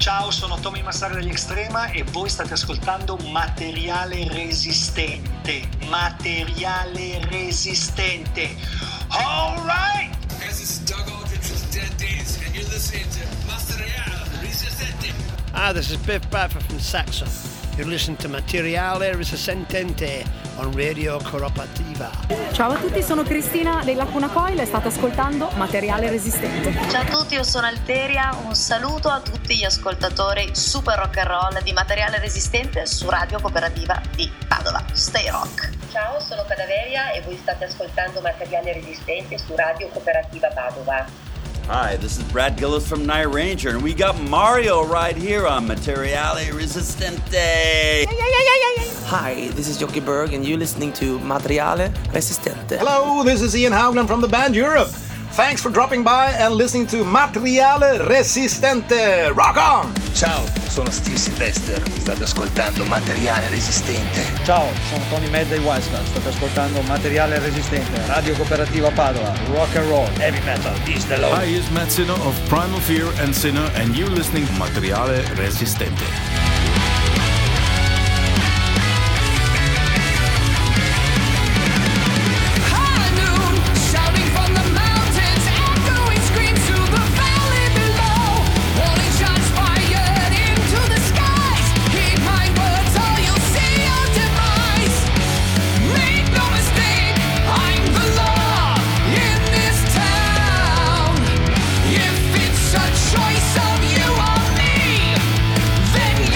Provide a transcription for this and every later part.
Ciao, sono Tommy Massaro degli Extrema e voi state ascoltando Materiale Resistente. Materiale Resistente. All right! This is Doug Aldrich with Dead Days, and you're listening to Materiale Resistente. This is Biff Buffer from Saxon. You're listening to Materiale Resistente on Radio Cooperativa. Ciao a tutti, sono Cristina dei Lacuna Coil e state ascoltando Materiale Resistente. Ciao a tutti, io sono Alteria, un saluto a tutti gli ascoltatori super rock and roll di Materiale Resistente su Radio Cooperativa di Padova. Stay rock! Ciao, sono Cadaveria e voi state ascoltando Materiale Resistente su Radio Cooperativa Padova. Hi, this is Brad Gillis from Night Ranger, and we got Mario right here on Materiale Resistente. Hi, this is Jockey Berg, and you're listening to Materiale Resistente. Hello, this is Ian Howland from the band Europe. Thanks for dropping by and listening to Materiale Resistente. Rock on! Ciao, sono Steve Sylvester, state ascoltando Materiale Resistente. Ciao, sono Tony Mad dei Wildcard, state ascoltando Materiale Resistente, Radio Cooperativa Padova, rock and roll, heavy metal, is the law. Hi, it's Matt Sinner of Primal Fear and Sinner, and you're listening to Materiale Resistente. Choice of you or me, then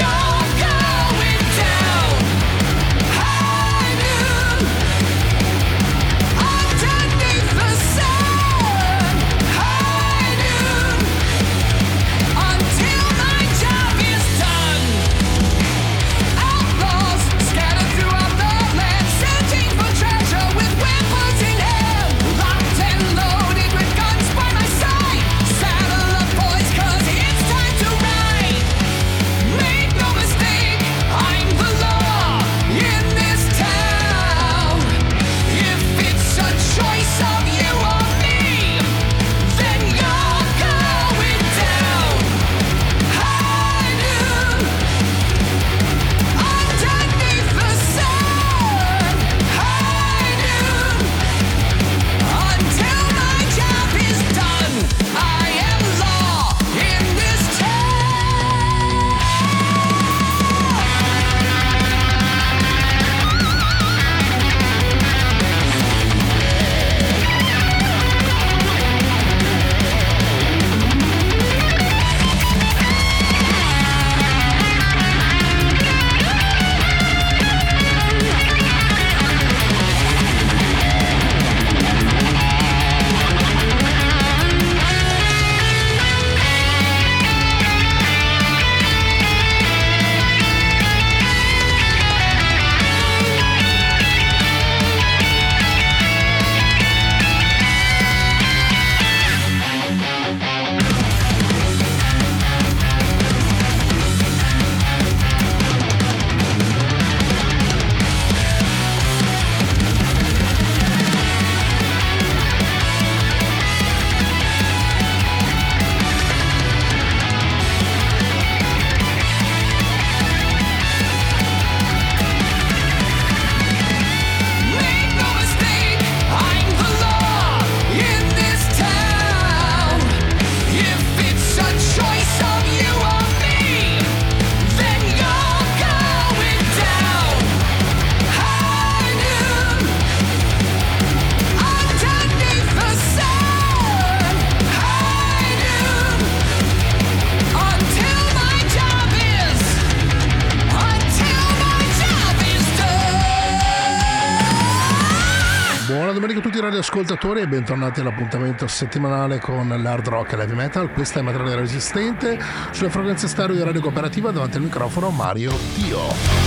domenica a tutti i radioascoltatori e bentornati all'appuntamento settimanale con l'hard rock e l'heavy metal. Questa è Materiale Resistente sulle frequenze stereo di Radio Cooperativa. Davanti al microfono Mario Tio.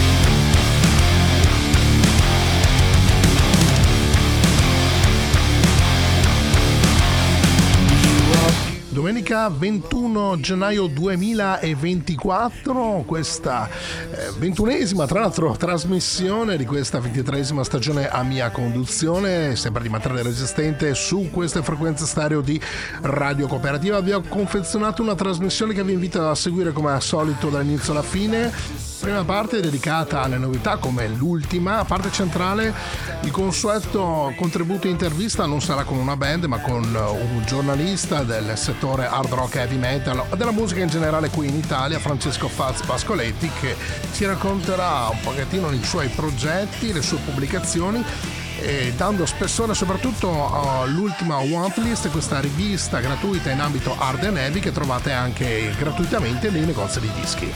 domenica 21 gennaio 2024, questa 21esima tra l'altro trasmissione di questa 23esima stagione a mia conduzione, sempre di Materiale Resistente su queste frequenze stereo di Radio Cooperativa. Vi ho confezionato una trasmissione che vi invito a seguire come al solito dall'inizio alla fine. Prima parte dedicata alle novità come l'ultima, parte centrale il consueto contributo intervista, non sarà con una band ma con un giornalista del settore hard rock, heavy metal e della musica in generale qui in Italia, Francesco Faz Pascoletti, che ci racconterà un pochettino i suoi progetti, le sue pubblicazioni, e dando spessore soprattutto all'ultima Wantlist, questa rivista gratuita in ambito hard and heavy che trovate anche gratuitamente nei negozi di dischi.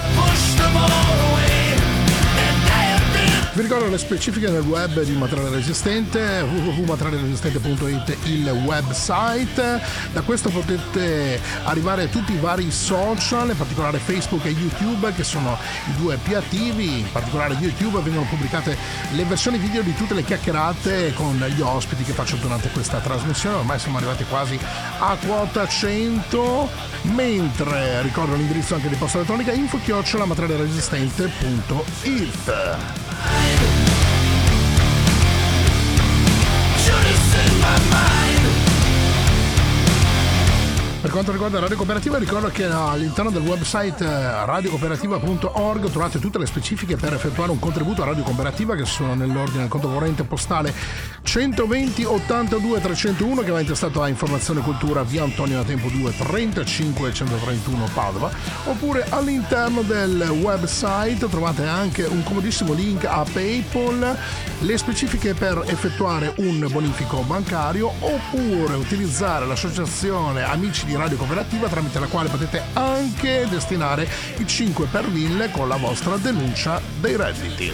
Vi ricordo le specifiche nel web di Materiale Resistente, www.materialeresistente.it, il website. Da questo potete arrivare a tutti i vari social, in particolare Facebook e YouTube, che sono i due più attivi. In particolare YouTube vengono pubblicate le versioni video di tutte le chiacchierate con gli ospiti che faccio durante questa trasmissione. Ormai siamo arrivati quasi a quota 100, mentre ricordo l'indirizzo anche di posta elettronica info@materialeresistente.it. Per quanto riguarda Radio Cooperativa, ricordo che all'interno del website radiocooperativa.org trovate tutte le specifiche per effettuare un contributo a Radio Cooperativa, che sono nell'ordine del conto corrente postale 120 82 301, che va intestato a Informazione e Cultura, via Antonio da Tempo 2 35 131 Padova, oppure all'interno del website trovate anche un comodissimo link a PayPal, le specifiche per effettuare un bonifico bancario, oppure utilizzare l'associazione Amici di Radio Cooperativa, tramite la quale potete anche destinare i 5 per 1000 con la vostra denuncia dei redditi.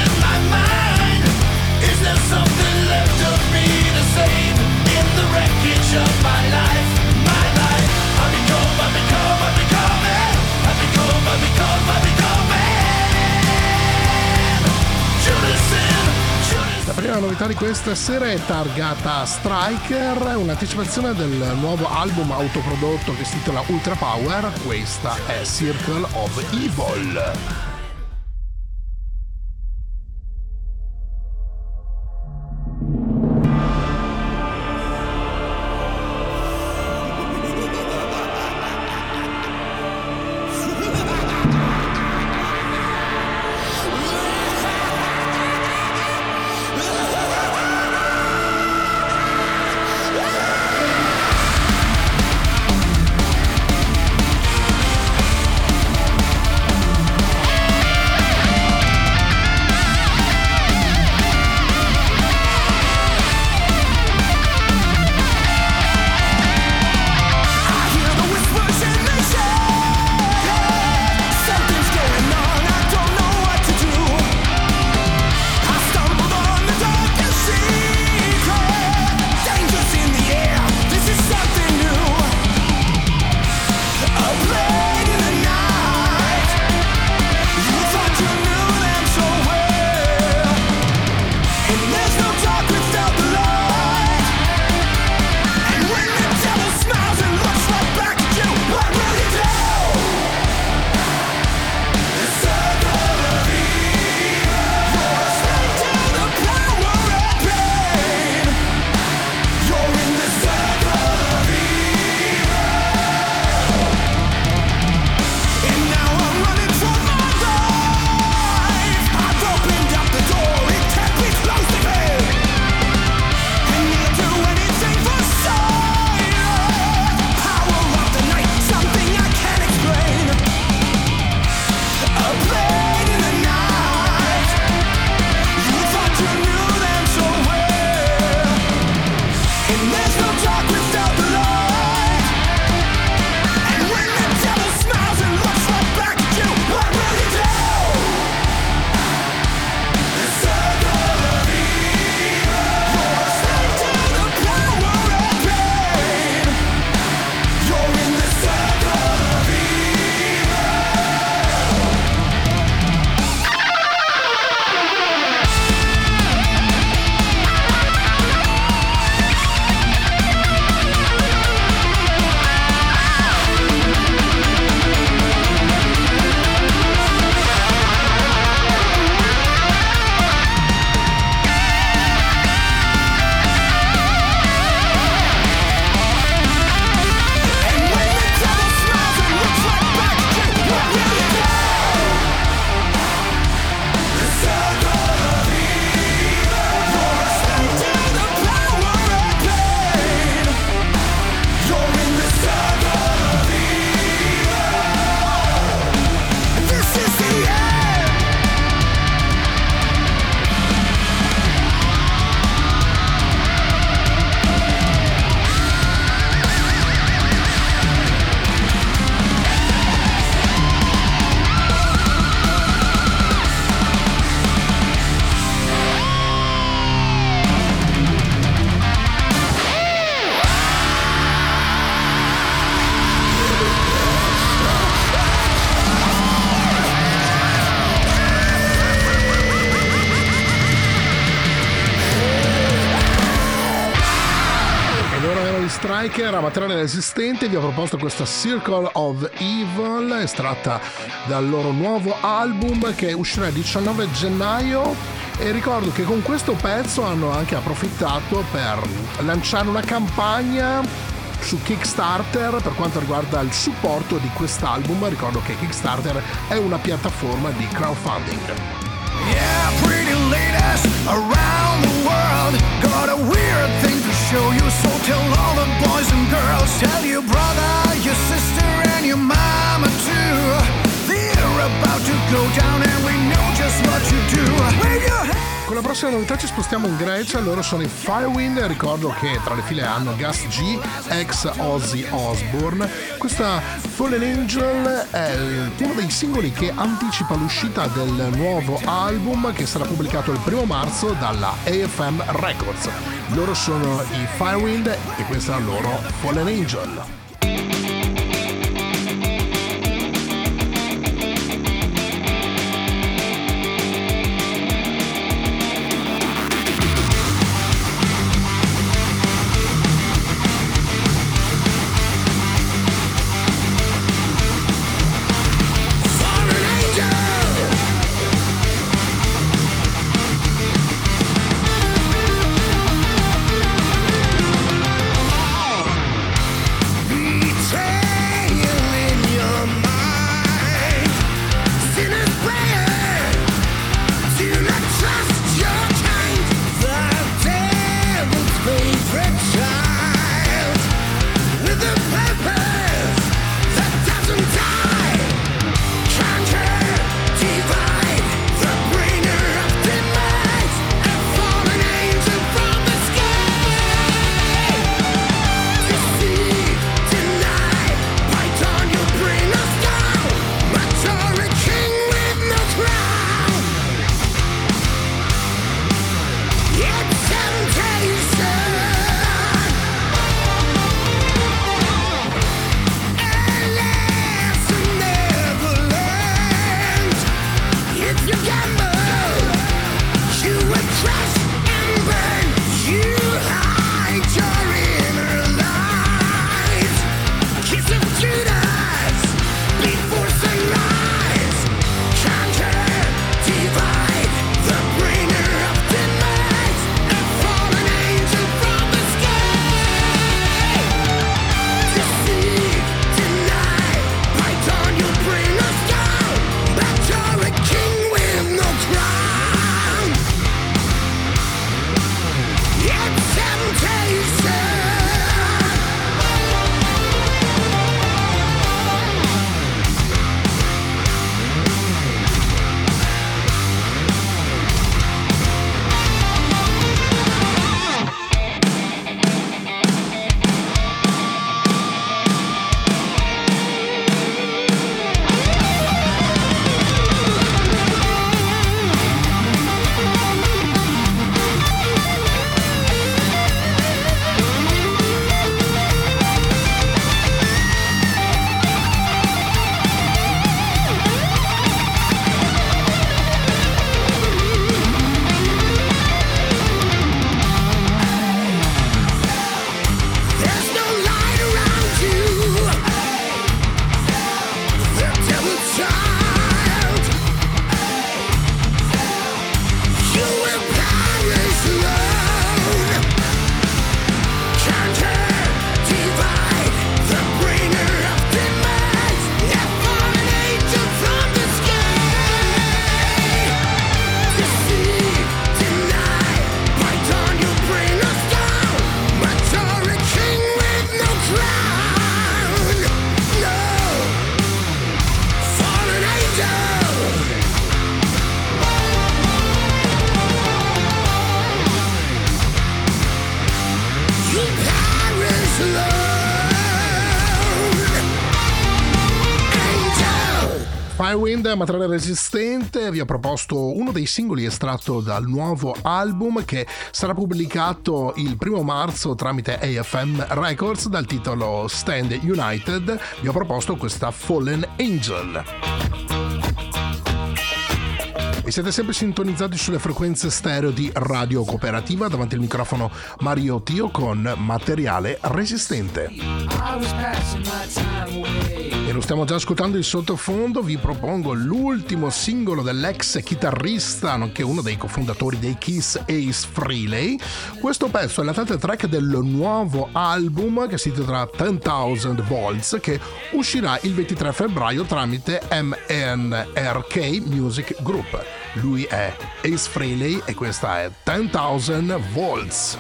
La prima novità di questa sera è targata Striker, un'anticipazione del nuovo album autoprodotto che si intitola Ultra Power. Questa è Circle of Evil. Yeah. Striker a materiale resistente vi ho proposto questa Circle of Evil estratta dal loro nuovo album che uscirà il 19 gennaio e ricordo che con questo pezzo hanno anche approfittato per lanciare una campagna su Kickstarter per quanto riguarda il supporto di quest'album. Ricordo che Kickstarter è una piattaforma di crowdfunding. Yeah, pretty ladies around the world got a weird thing to show you, so tell all the boys and girls, tell your brother, your sister and your mama too. They're about to go down and we know just what you do. Wave your hand. Con la prossima novità ci spostiamo in Grecia, loro sono i Firewind, ricordo che tra le file hanno Gus G, ex Ozzy Osbourne. Questa Fallen Angel è uno dei singoli che anticipa l'uscita del nuovo album che sarà pubblicato il 1 marzo dalla AFM Records. Loro sono i Firewind e questa è la loro Fallen Angel. Firewind, materiale resistente, vi ho proposto uno dei singoli estratto dal nuovo album che sarà pubblicato il 1 marzo tramite AFM Records dal titolo Stand United. Vi ho proposto questa Fallen Angel. E siete sempre sintonizzati sulle frequenze stereo di Radio Cooperativa. Davanti al microfono Mario Tio con Materiale Resistente. E lo stiamo già ascoltando in sottofondo. Vi propongo l'ultimo singolo dell'ex chitarrista, nonché uno dei cofondatori dei Kiss, Ace Frehley. Questo pezzo è la title track del nuovo album che si intitola 10,000 Volts, che uscirà il 23 febbraio tramite MNRK Music Group. Lui è Ace Frehley e questa è 10,000 Volts.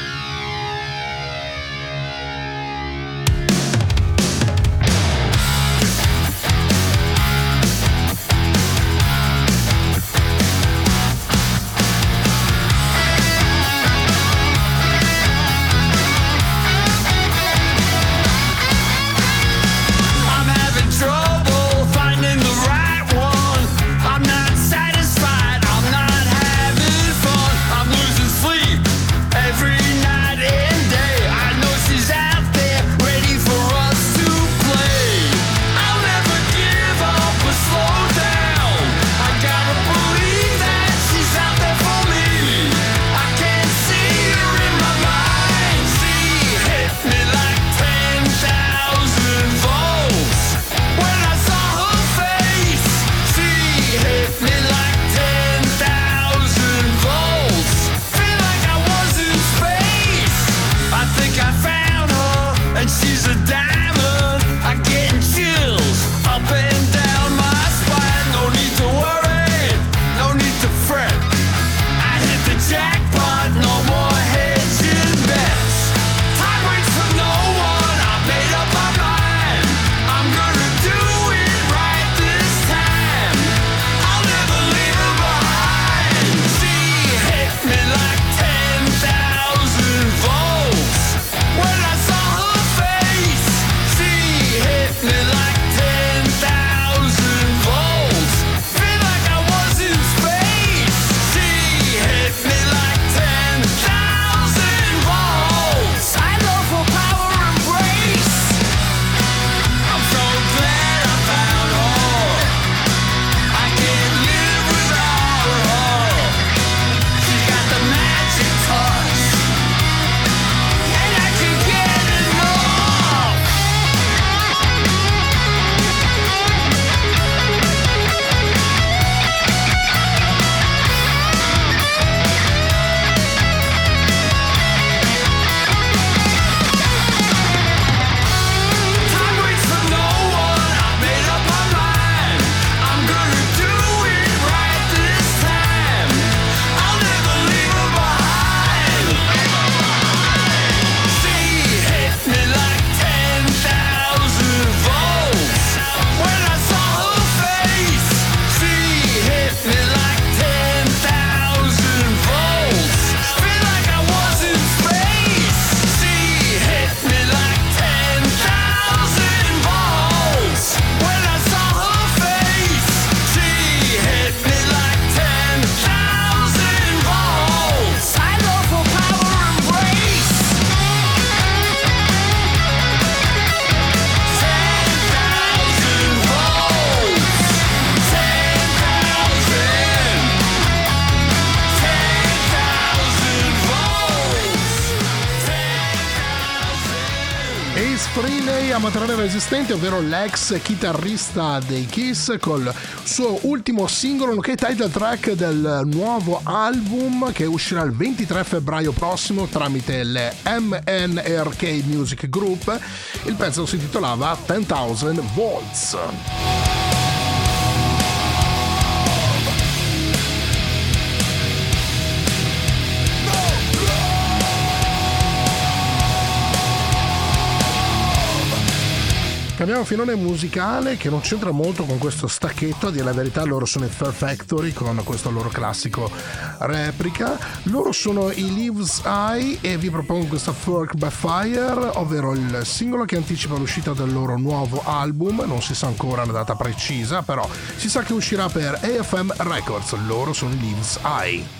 Materiale Resistente, ovvero l'ex chitarrista dei Kiss, col suo ultimo singolo nonché title track del nuovo album che uscirà il 23 febbraio prossimo tramite le MNRK Music Group. Il pezzo si intitolava 10,000 Volts. Cambiamo filone musicale che non c'entra molto con questo stacchetto, a dire la verità. Loro sono i Fear Factory con questo loro classico Replica. Loro sono i Leaves Eye e vi propongo questa Fork by Fire, ovvero il singolo che anticipa l'uscita del loro nuovo album. Non si sa ancora una data precisa, però si sa che uscirà per AFM Records. Loro sono i Leaves Eye.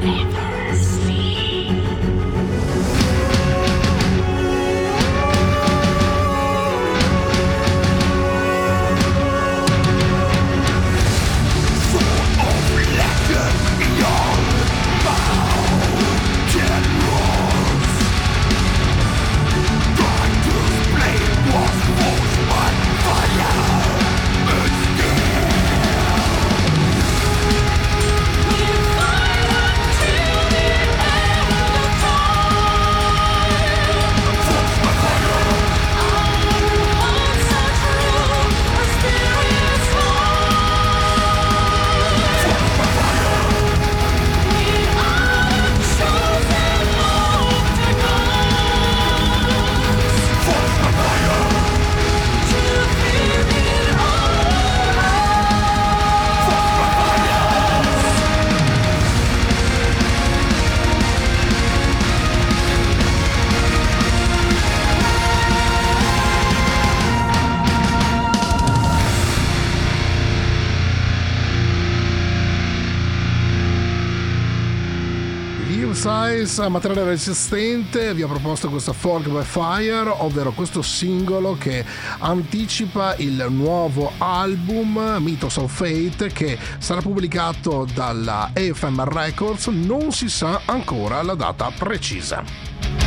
Size, materiale resistente, vi ha proposto questo Forged by Fire, ovvero questo singolo che anticipa il nuovo album Mythos of Fate, che sarà pubblicato dalla AFM Records. Non si sa ancora la data precisa.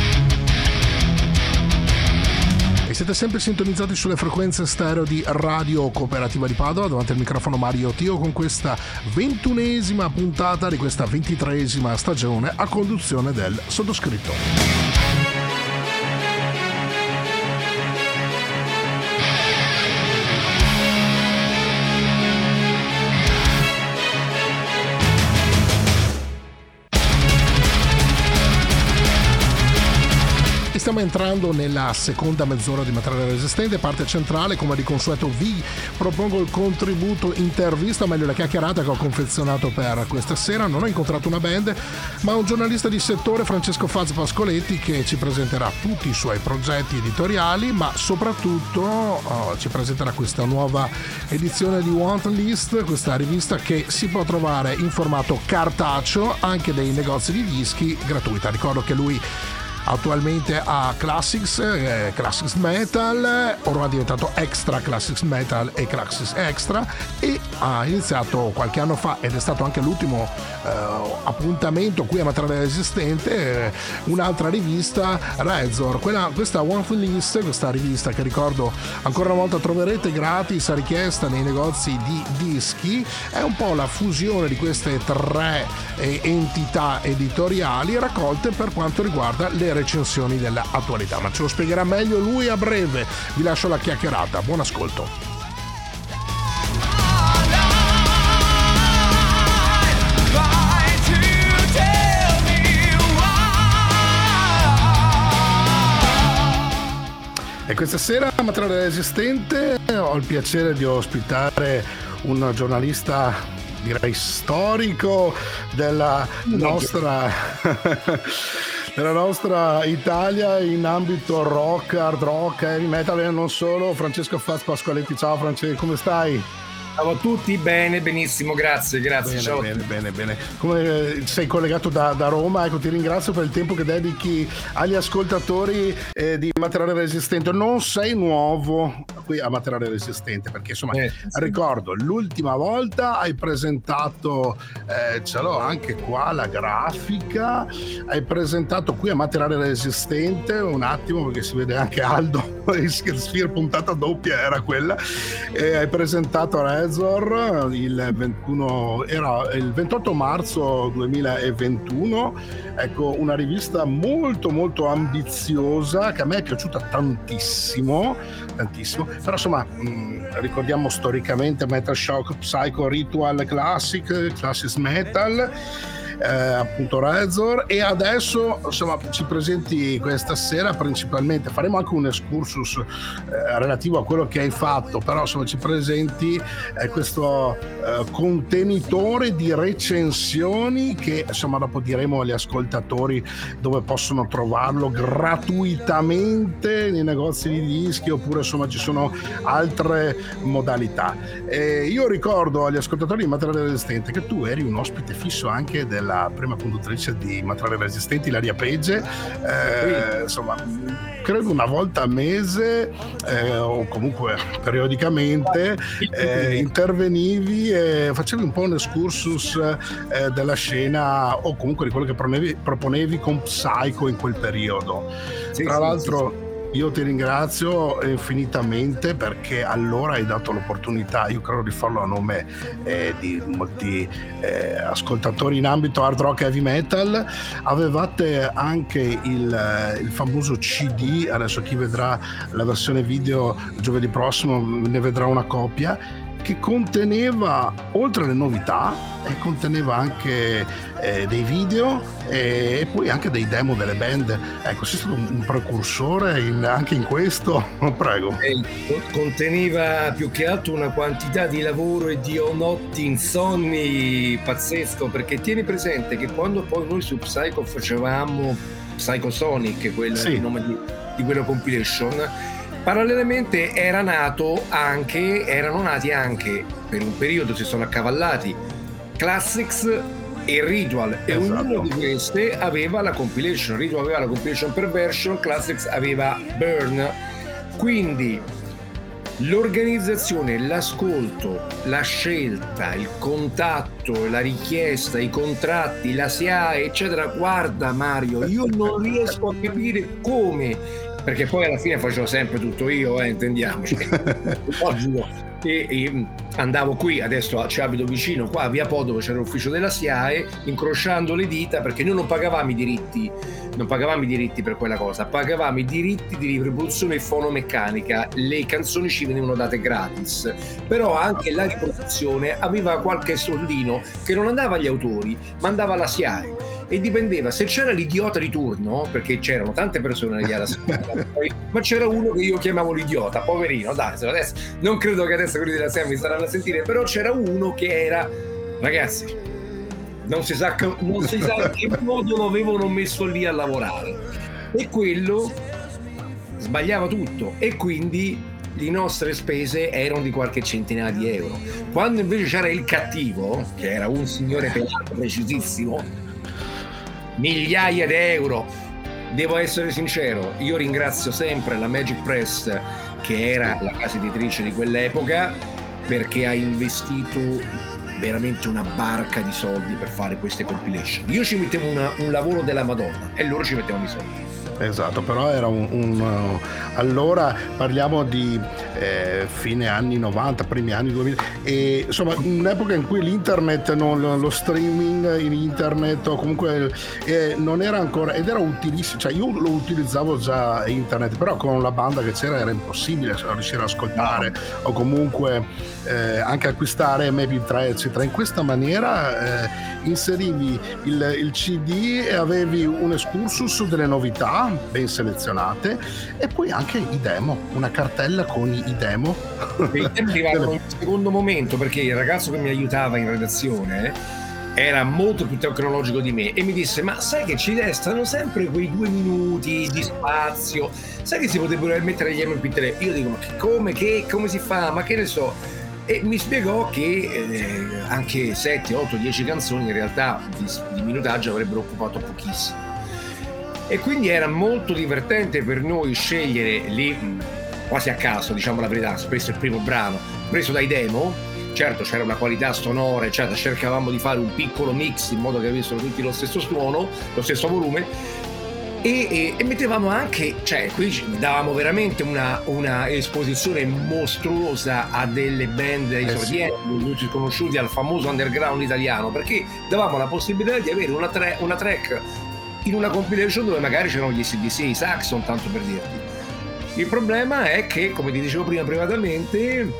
Siete sempre sintonizzati sulle frequenze stereo di Radio Cooperativa di Padova. Davanti al microfono Mario Tio con questa 21esima puntata di questa 23esima stagione a conduzione del sottoscritto. Stiamo entrando nella seconda mezz'ora di materiale resistente, parte centrale. Come di consueto vi propongo il contributo intervista, o meglio la chiacchierata che ho confezionato per questa sera. Non ho incontrato una band, ma un giornalista di settore, Francesco Faz Pascoletti, che ci presenterà tutti i suoi progetti editoriali, ma soprattutto ci presenterà questa nuova edizione di Want List, questa rivista che si può trovare in formato cartaceo anche nei negozi di dischi, gratuita. Ricordo che lui attualmente ha Classics Metal, ormai è diventato Extra Classics Metal e Classics Extra, e ha iniziato qualche anno fa, ed è stato anche l'ultimo appuntamento qui a Materiale Resistente, un'altra rivista, Razor, questa One List, questa rivista che ricordo ancora una volta troverete gratis a richiesta nei negozi di dischi. È un po' la fusione di queste tre entità editoriali raccolte per quanto riguarda le recensioni dell'attualità, ma ce lo spiegherà meglio lui a breve. Vi lascio la chiacchierata, buon ascolto. E questa sera a Materiale Resistente ho il piacere di ospitare un giornalista, direi storico della nostra Italia in ambito rock, hard rock, heavy metal e non solo, Francesco Faz Pascoletti. Ciao Francesco, come stai? Ciao a tutti, bene, benissimo, grazie. Bene, ciao. Bene. Come sei collegato da Roma, ecco, ti ringrazio per il tempo che dedichi agli ascoltatori di Materiale Resistente. Non sei nuovo qui a Materiale Resistente, perché insomma ricordo l'ultima volta hai presentato, ce l'ho anche qua la grafica, hai presentato qui a Materiale Resistente, un attimo perché si vede anche Aldo, Sphere puntata doppia era quella, hai presentato Razor il 28 marzo 2021, ecco, una rivista molto molto ambiziosa che a me è piaciuta tantissimo, però insomma ricordiamo storicamente Metal Shock, Psycho, Ritual, Classics Metal, appunto Razor, e adesso insomma ci presenti questa sera principalmente, faremo anche un excursus relativo a quello che hai fatto, però insomma ci presenti questo contenitore di recensioni che insomma dopo diremo agli ascoltatori dove possono trovarlo gratuitamente nei negozi di dischi, oppure insomma ci sono altre modalità. Io ricordo agli ascoltatori di Materiale Resistente che tu eri un ospite fisso anche del la prima conduttrice di Materiali Resistenti, Ilaria Pegge, insomma credo una volta al mese o comunque periodicamente intervenivi e facevi un po' un excursus della scena o comunque di quello che proponevi con Psycho in quel periodo. Tra l'altro io ti ringrazio infinitamente perché allora hai dato l'opportunità, io credo di farlo a nome di molti ascoltatori in ambito hard rock e heavy metal. Avevate anche il famoso CD, adesso chi vedrà la versione video giovedì prossimo ne vedrà una copia, che conteneva, oltre alle novità, conteneva anche dei video e poi anche dei demo delle band. Ecco, sei stato un precursore anche in questo, prego. Conteneva più che altro una quantità di lavoro e di notti insonni pazzesco, perché tieni presente che quando poi noi su Psycho facevamo Psycho Sonic, quello è il nome di quella compilation, parallelamente erano nati anche per un periodo, si sono accavallati Classics e Ritual, e ognuno di queste aveva la compilation. Ritual aveva la compilation per Version, Classics aveva Burn. Quindi l'organizzazione, l'ascolto, la scelta, il contatto, la richiesta, i contratti, la SIAE eccetera, guarda Mario, io non riesco a capire come, perché poi alla fine facevo sempre tutto io, intendiamoci. E andavo qui, adesso ci abito vicino, qua a Via Po, dove c'era l'ufficio della SIAE, incrociando le dita, perché noi non pagavamo i diritti per quella cosa, pagavamo i diritti di riproduzione fonomeccanica, le canzoni ci venivano date gratis, però anche la riproduzione aveva qualche soldino che non andava agli autori, ma andava alla SIAE. E dipendeva se c'era l'idiota di turno, perché c'erano tante persone negli alla ma c'era uno che io chiamavo l'idiota, poverino, dai, adesso non credo che adesso quelli della SIAE mi staranno a sentire, però c'era uno che era, ragazzi, non si sa che modo lo avevano messo lì a lavorare, e quello sbagliava tutto, e quindi le nostre spese erano di qualche centinaia di euro. Quando invece c'era il cattivo, che era un signore precisissimo, migliaia di euro. Devo essere sincero, io ringrazio sempre la Magic Press, che era la casa editrice di quell'epoca, perché ha investito veramente una barca di soldi per fare queste compilation. Io ci mettevo un lavoro della Madonna e loro ci mettevano i soldi. Esatto, però era allora parliamo di fine anni 90, primi anni 2000, e insomma un'epoca in cui l'internet, lo streaming in internet o comunque non era ancora, ed era utilissimo, cioè io lo utilizzavo già internet, però con la banda che c'era era impossibile riuscire ad ascoltare o comunque anche acquistare MP3 eccetera. In questa maniera inserivi il CD e avevi un excursus delle novità ben selezionate e poi anche i demo, una cartella con i demo. I demo arrivavano in secondo momento, perché il ragazzo che mi aiutava in redazione era molto più tecnologico di me e mi disse: ma sai che ci restano sempre quei 2 minuti di spazio, sai che si potrebbero mettere gli MP3? Io dico: ma come si fa, ma che ne so. E mi spiegò che anche 7, 8, 10 canzoni in realtà di minutaggio avrebbero occupato pochissimo. E quindi era molto divertente per noi scegliere lì, quasi a caso, diciamo la verità, spesso il primo brano preso dai demo. Certo, c'era una qualità sonora, eccetera, cercavamo di fare un piccolo mix in modo che avessero tutti lo stesso suono, lo stesso volume, e mettevamo anche, cioè qui davamo veramente una esposizione mostruosa a delle band esordienti, tutti sconosciuti, al famoso underground italiano, perché davamo la possibilità di avere una track in una compilation dove magari c'erano gli AC/DC, i Saxon, tanto per dirti. Il problema è che, come ti dicevo prima privatamente,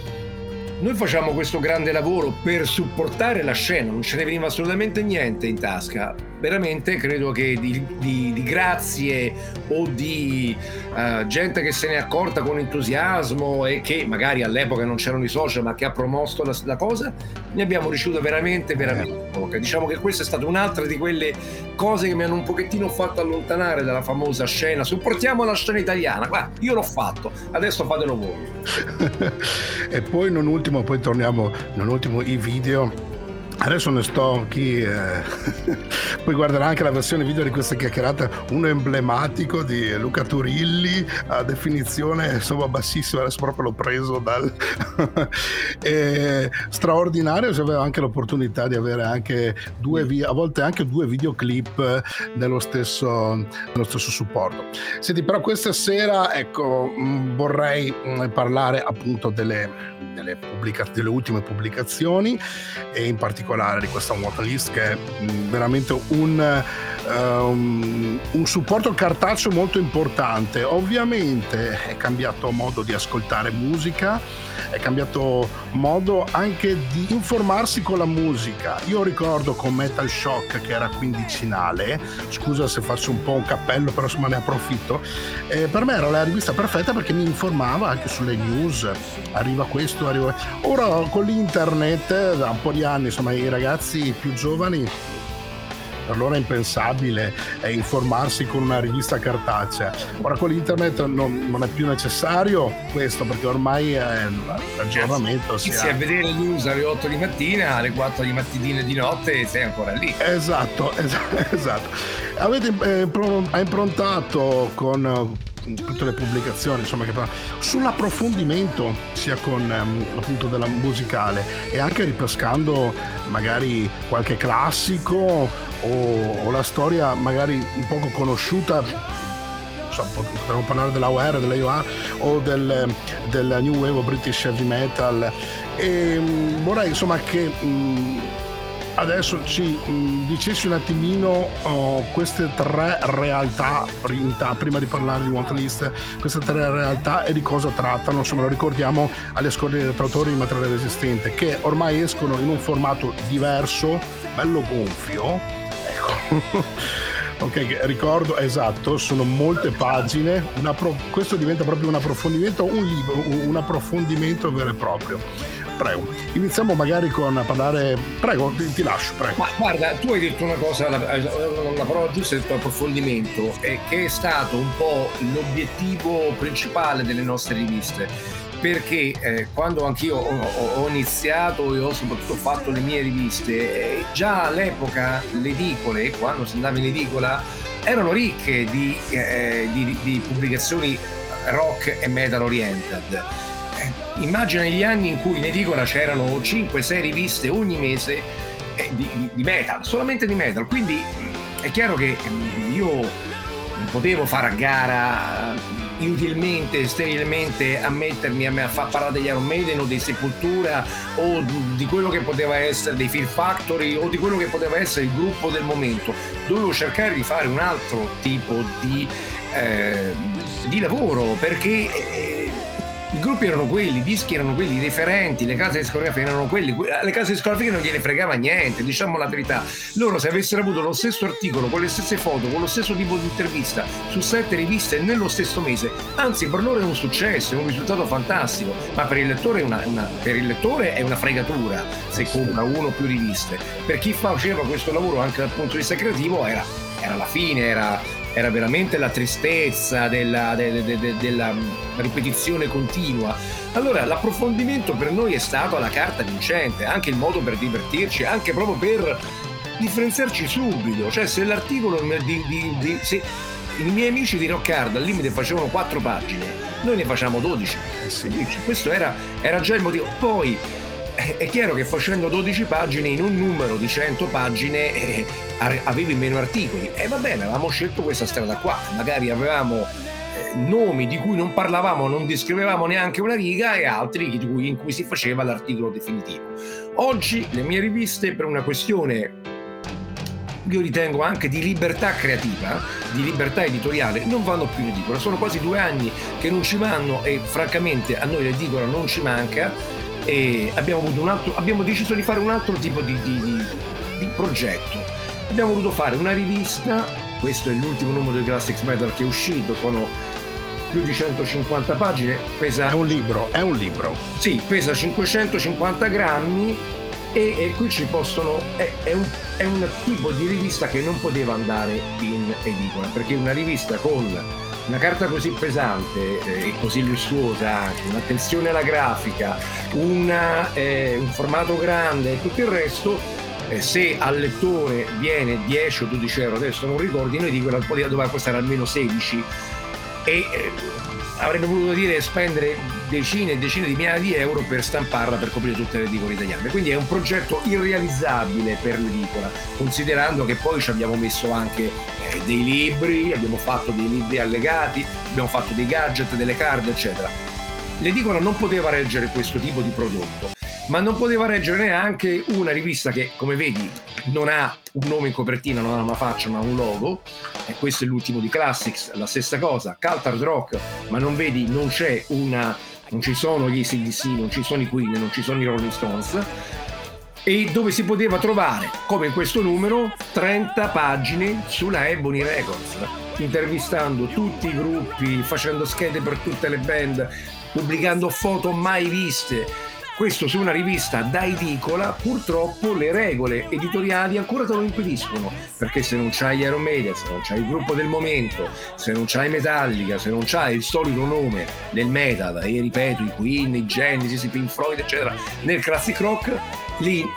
noi facciamo questo grande lavoro per supportare la scena, non ce ne veniva assolutamente niente in tasca. Veramente credo che di grazie o di gente che se ne è accorta con entusiasmo e che magari all'epoca non c'erano i social ma che ha promosso la cosa, ne abbiamo ricevuto veramente poche. Diciamo che questa è stata un'altra di quelle cose che mi hanno un pochettino fatto allontanare dalla famosa scena. Supportiamo la scena italiana, guarda, io l'ho fatto, adesso fatelo voi. E poi non ultimo i video Adesso ne sto chi poi guarderà anche la versione video di questa chiacchierata, uno emblematico di Luca Turilli a definizione insomma bassissima, adesso proprio l'ho preso dal straordinario. Se avevo anche l'opportunità di avere anche a volte anche due videoclip nello stesso supporto. Senti, però questa sera ecco vorrei parlare appunto delle ultime pubblicazioni e in particolare di questa Waterlist, che è veramente un supporto cartaceo molto importante. Ovviamente è cambiato modo di ascoltare musica, è cambiato modo anche di informarsi con la musica. Io ricordo con Metal Shock, che era quindicinale, scusa se faccio un po' un cappello, però insomma ne approfitto, per me era la rivista perfetta perché mi informava anche sulle news, arriva questo, arriva... Ora con l'internet da un po' di anni, insomma i ragazzi più giovani, per loro è impensabile informarsi con una rivista cartacea. Ora con l'internet non è più necessario questo, perché ormai l'aggiornamento si a vedere le news alle 8 di mattina, alle 4 di mattina di notte sei ancora lì. Esatto. Avete improntato con tutte le pubblicazioni insomma che sull'approfondimento sia con appunto della musicale e anche ripescando magari qualche classico o la storia magari un poco conosciuta. Potremmo parlare della UR, dell'AOR o del New Wave o British Heavy Metal, e vorrei insomma che adesso ci dicessi un attimino queste tre realtà prima di parlare di Waterlist, queste tre realtà e di cosa trattano. Insomma lo ricordiamo agli ascoltatori di Materiale Resistente, che ormai escono in un formato diverso, bello gonfio, ecco. Ok, ricordo, esatto, sono molte pagine, questo diventa proprio un approfondimento, un libro, un approfondimento vero e proprio. Prego, iniziamo magari con parlare, prego, ti lascio, prego. Ma guarda, tu hai detto una cosa, la parola giusta è il tuo approfondimento, che è stato un po' l'obiettivo principale delle nostre riviste. Perché quando anch'io ho iniziato e ho soprattutto fatto le mie riviste, già all'epoca le edicole, quando si andava in edicola, erano ricche di pubblicazioni rock e metal oriented. Immagina gli anni in cui in edicola c'erano 5-6 riviste ogni mese di metal, solamente di metal, quindi è chiaro che io non potevo fare a gara inutilmente, sterilmente a mettermi a far parlare degli Iron Maiden o dei Sepoltura o di quello che poteva essere dei Fear Factory o di quello che poteva essere il gruppo del momento. Dovevo cercare di fare un altro tipo di lavoro, perché i gruppi erano quelli, i dischi erano quelli, i referenti, le case discografiche erano quelli. Le case discografiche non gliene fregava niente, diciamo la verità. Loro, se avessero avuto lo stesso articolo, con le stesse foto, con lo stesso tipo di intervista su 7 riviste nello stesso mese, anzi per loro è un successo, è un risultato fantastico, ma per il lettore è una fregatura se compra uno o più riviste. Per chi faceva questo lavoro anche dal punto di vista creativo era la fine, era veramente la tristezza della ripetizione continua. Allora l'approfondimento per noi è stato la carta vincente, anche il modo per divertirci, anche proprio per differenziarci subito. Cioè se l'articolo se i miei amici di Rock Hard al limite facevano 4 pagine, noi ne facciamo 12. Questo era già il motivo. Poi è chiaro che facendo 12 pagine in un numero di 100 pagine avevi meno articoli, e va bene, avevamo scelto questa strada qua. Magari avevamo nomi di cui non parlavamo, non descrivevamo neanche una riga, e altri in cui si faceva l'articolo definitivo. Oggi le mie riviste, per una questione io ritengo anche di libertà creativa, di libertà editoriale, non vanno più in edicola. Sono quasi 2 anni che non ci vanno, e francamente a noi l'edicola non ci manca. E abbiamo deciso di fare un altro tipo di progetto. Abbiamo voluto fare una rivista, questo è l'ultimo numero di Classics Metal che è uscito, sono più di 150 pagine, pesa... È un libro. Sì, pesa 550 grammi e qui ci possono... È un tipo di rivista che non poteva andare in edicola, perché una rivista con una carta così pesante e così lussuosa anche, un'attenzione alla grafica, un formato grande e tutto il resto, se al lettore viene 10 o 12 euro, adesso non ricordi, noi dicono che doveva costare almeno 16 e avrebbe voluto dire spendere decine e decine di migliaia di euro per stamparla, per coprire tutte le edicole italiane. Quindi è un progetto irrealizzabile per l'edicola, considerando che poi ci abbiamo messo anche dei libri, abbiamo fatto dei libri allegati, abbiamo fatto dei gadget, delle card, eccetera. L'edicola non poteva reggere questo tipo di prodotto, ma non poteva reggere neanche una rivista che, come vedi, non ha un nome in copertina, non ha una faccia, non ha un logo. E questo è l'ultimo di Classics, la stessa cosa, Cult Hard Rock, ma non vedi, non ci sono gli AC/DC, non ci sono i Queen, non ci sono i Rolling Stones, e dove si poteva trovare, come in questo numero, 30 pagine sulla Ebony Records, intervistando tutti i gruppi, facendo schede per tutte le band, pubblicando foto mai viste. Questo su una rivista da edicola. Purtroppo le regole editoriali ancora te lo impediscono, perché se non c'hai Iron Maiden, se non c'hai il gruppo del momento, se non c'hai Metallica, se non c'hai il solito nome del metal, e ripeto, i Queen, i Genesis, i Pink Floyd, eccetera, nel classic rock, lì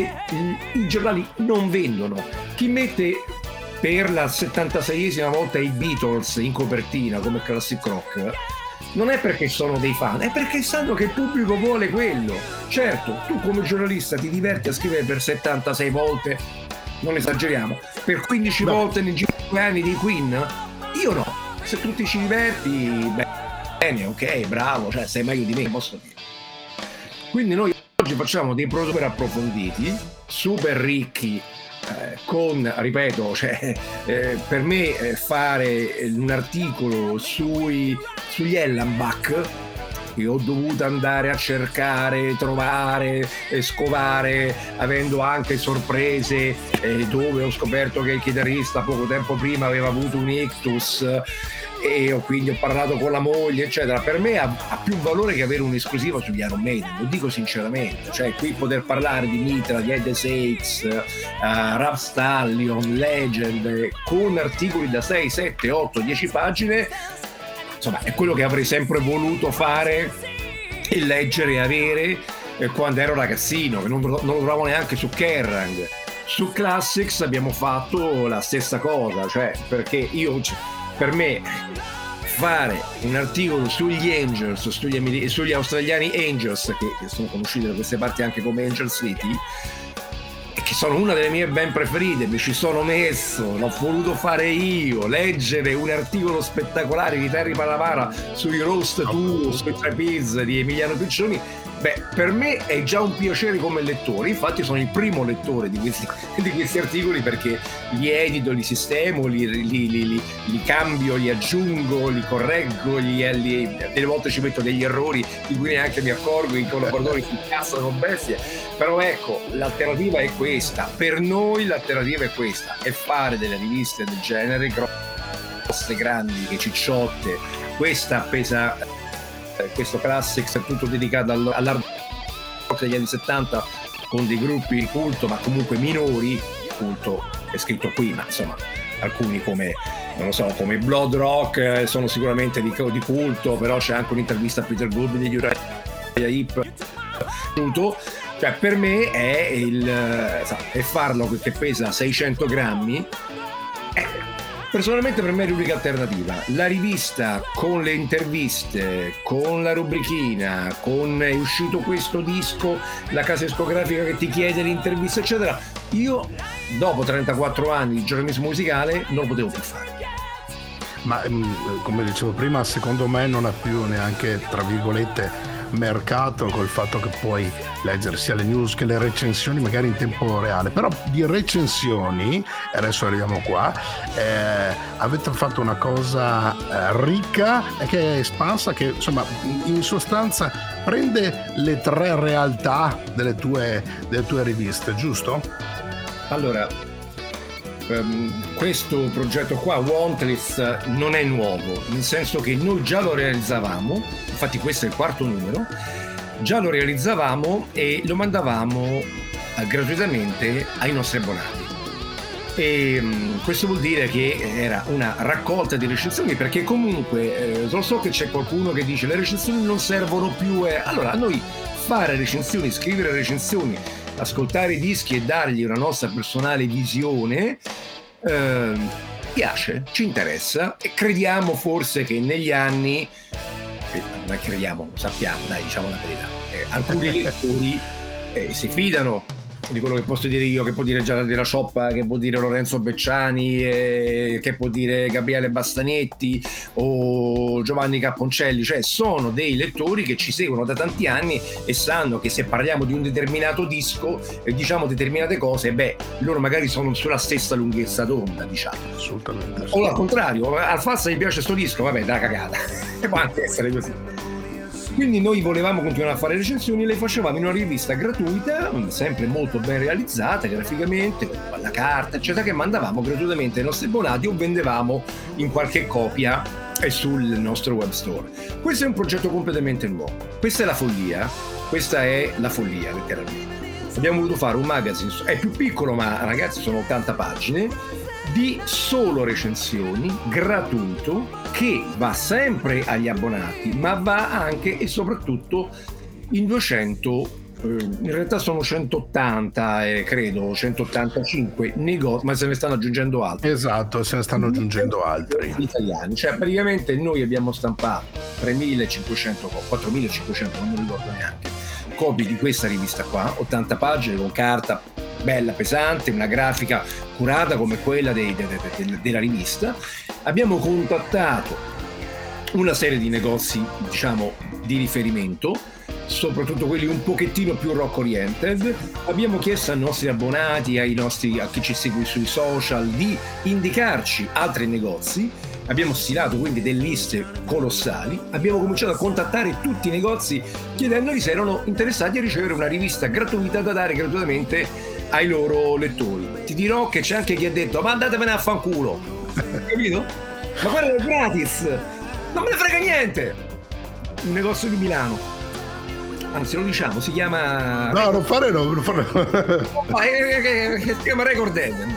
i giornali non vendono. Chi mette per la 76esima volta i Beatles in copertina come classic rock non è perché sono dei fan, è perché sanno che il pubblico vuole quello. Certo, tu come giornalista ti diverti a scrivere per 76 volte, non esageriamo, per 15 volte nei 5 anni di Queen? Io no. Se tu ti ci diverti, bene, ok, bravo, cioè sei meglio di me, posso dire. Quindi noi oggi facciamo dei prodotti super approfonditi, super ricchi, con, ripeto, per me fare un articolo sugli Ellenbach, che ho dovuto andare a cercare, trovare, scovare, avendo anche sorprese, dove ho scoperto che il chitarrista poco tempo prima aveva avuto un ictus, e quindi ho parlato con la moglie, eccetera. Per me ha più valore che avere un'esclusiva sugli Iron Maiden, lo dico sinceramente. Cioè, qui poter parlare di Mitra, di Ed Sakes, Rob Stallion, Legend, con articoli da 6, 7, 8, 10 pagine, insomma, è quello che avrei sempre voluto fare e leggere e avere quando ero ragazzino, che non lo trovavo neanche su Kerrang. Su Classics abbiamo fatto la stessa cosa, cioè, perché per me fare un articolo sugli Angels, sugli australiani Angels, che sono conosciuti da queste parti anche come Angel City, e che sono una delle mie band preferite, mi ci sono messo, l'ho voluto fare io, leggere un articolo spettacolare di Terry Palavara sui Roast 2, sui Trapeze di Emiliano Piccioni. Per me è già un piacere come lettore, infatti sono il primo lettore di questi articoli, perché li edito, li sistemo, li cambio, li aggiungo, li correggo, delle volte ci metto degli errori di cui neanche mi accorgo, i collaboratori si incazzano bestie, però ecco, l'alternativa è questa, per noi l'alternativa è questa, è fare delle riviste del genere, grosse, grandi, che cicciotte. Questa pesa, questo Classics è tutto dedicato all'hard rock degli anni 70, con dei gruppi culto, ma comunque minori. Culto è scritto qui, ma insomma alcuni come, non lo so, come Blood Rock sono sicuramente di culto, però c'è anche un'intervista a Peter Gould degli Uriah Heep. Cioè, per me è farlo, che pesa 600 grammi. Personalmente per me è l'unica alternativa. La rivista con le interviste, con la rubrichina, con è uscito questo disco, la casa discografica che ti chiede l'intervista, eccetera, io dopo 34 anni di giornalismo musicale non lo potevo più fare. Ma come dicevo prima, secondo me non ha più neanche, tra virgolette, mercato, col fatto che puoi leggere sia le news che le recensioni magari in tempo reale. Però di recensioni, e adesso arriviamo qua, avete fatto una cosa ricca e che è espansa, che insomma in sostanza prende le tre realtà delle tue riviste, giusto? Allora, questo progetto qua, Wantless, non è nuovo, nel senso che noi già lo realizzavamo, infatti questo è il quarto numero, già lo realizzavamo e lo mandavamo gratuitamente ai nostri abbonati. E questo vuol dire che era una raccolta di recensioni, perché comunque lo so che c'è qualcuno che dice le recensioni non servono più, allora a noi fare recensioni, scrivere recensioni, ascoltare i dischi e dargli una nostra personale visione piace, ci interessa, e crediamo forse che negli anni, non crediamo, lo sappiamo, dai, diciamo la verità, alcuni lettori si fidano di quello che posso dire io, che può dire Giada della Cioppa, che può dire Lorenzo Becciani, che può dire Gabriele Bastanetti o Giovanni Capponcelli, cioè sono dei lettori che ci seguono da tanti anni e sanno che se parliamo di un determinato disco e diciamo determinate cose, loro magari sono sulla stessa lunghezza d'onda, diciamo. Assolutamente. O al contrario, al Fazza gli piace sto disco, vabbè, da cagata. Può anche essere così. Quindi noi volevamo continuare a fare recensioni e le facevamo in una rivista gratuita, sempre molto ben realizzata graficamente, con la carta eccetera, che mandavamo gratuitamente ai nostri abbonati o vendevamo in qualche copia sul nostro web store. Questo è un progetto completamente nuovo, questa è la follia letteralmente. Abbiamo voluto fare un magazine, è più piccolo ma ragazzi sono 80 pagine di solo recensioni, gratuito, che va sempre agli abbonati, ma va anche e soprattutto in 200, in realtà sono 180 credo 185 negozi, ma se ne stanno aggiungendo altri. Esatto, se ne stanno aggiungendo altri italiani, cioè praticamente noi abbiamo stampato 3.500 4.500, non mi ricordo neanche, copie di questa rivista qua, 80 pagine con carta bella pesante, una grafica curata come quella della rivista. Abbiamo contattato una serie di negozi, diciamo, di riferimento, soprattutto quelli un pochettino più rock oriented. Abbiamo chiesto ai nostri abbonati, a chi ci segue sui social, di indicarci altri negozi. Abbiamo stilato quindi delle liste colossali, abbiamo cominciato a contattare tutti i negozi chiedendogli se erano interessati a ricevere una rivista gratuita da dare gratuitamente ai loro lettori. Ti dirò che c'è anche chi ha detto ma andatevene a fanculo, capito? Ma quello è gratis, non me ne frega niente. Un negozio di Milano, anzi lo diciamo, si chiama non fare si chiama Record Heaven,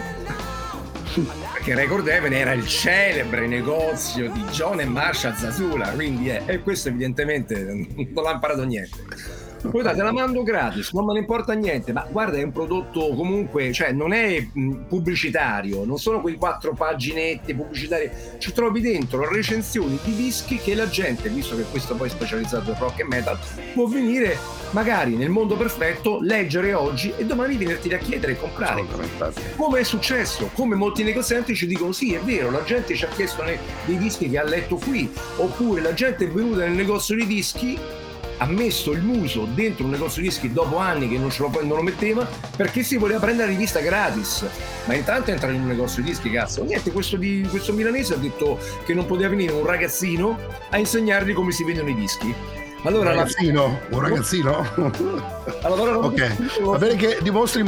perché Record Heaven era il celebre negozio di John e Marsha Zazula, quindi e questo evidentemente non l'ha imparato niente. Poi te la mando gratis, non me ne importa niente, ma guarda, è un prodotto comunque, cioè non è pubblicitario, non sono quei 4 paginette pubblicitarie, ci trovi dentro recensioni di dischi che la gente, visto che questo poi è specializzato in rock e metal, può venire magari nel mondo perfetto, leggere oggi e domani venirti a chiedere e comprare, come è successo, come molti negozianti ci dicono sì è vero, la gente ci ha chiesto dei dischi che ha letto qui, oppure la gente è venuta nel negozio di dischi, ha messo il muso dentro un negozio di dischi dopo anni che non lo metteva perché si voleva prendere la rivista gratis, ma intanto entra in un negozio di dischi, cazzo, niente, questo milanese ha detto che non poteva venire un ragazzino a insegnargli come si vedono i dischi. Allora, un ragazzino? Allora, ok, va bene che dimostri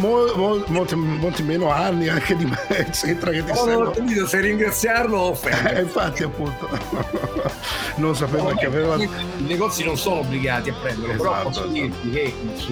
molti meno anni anche di me, eccetera, che ti ho capito, se ringraziarlo offende. Infatti appunto non sapevo che aveva. I negozi non sono obbligati a prenderlo, esatto, però posso dirti che su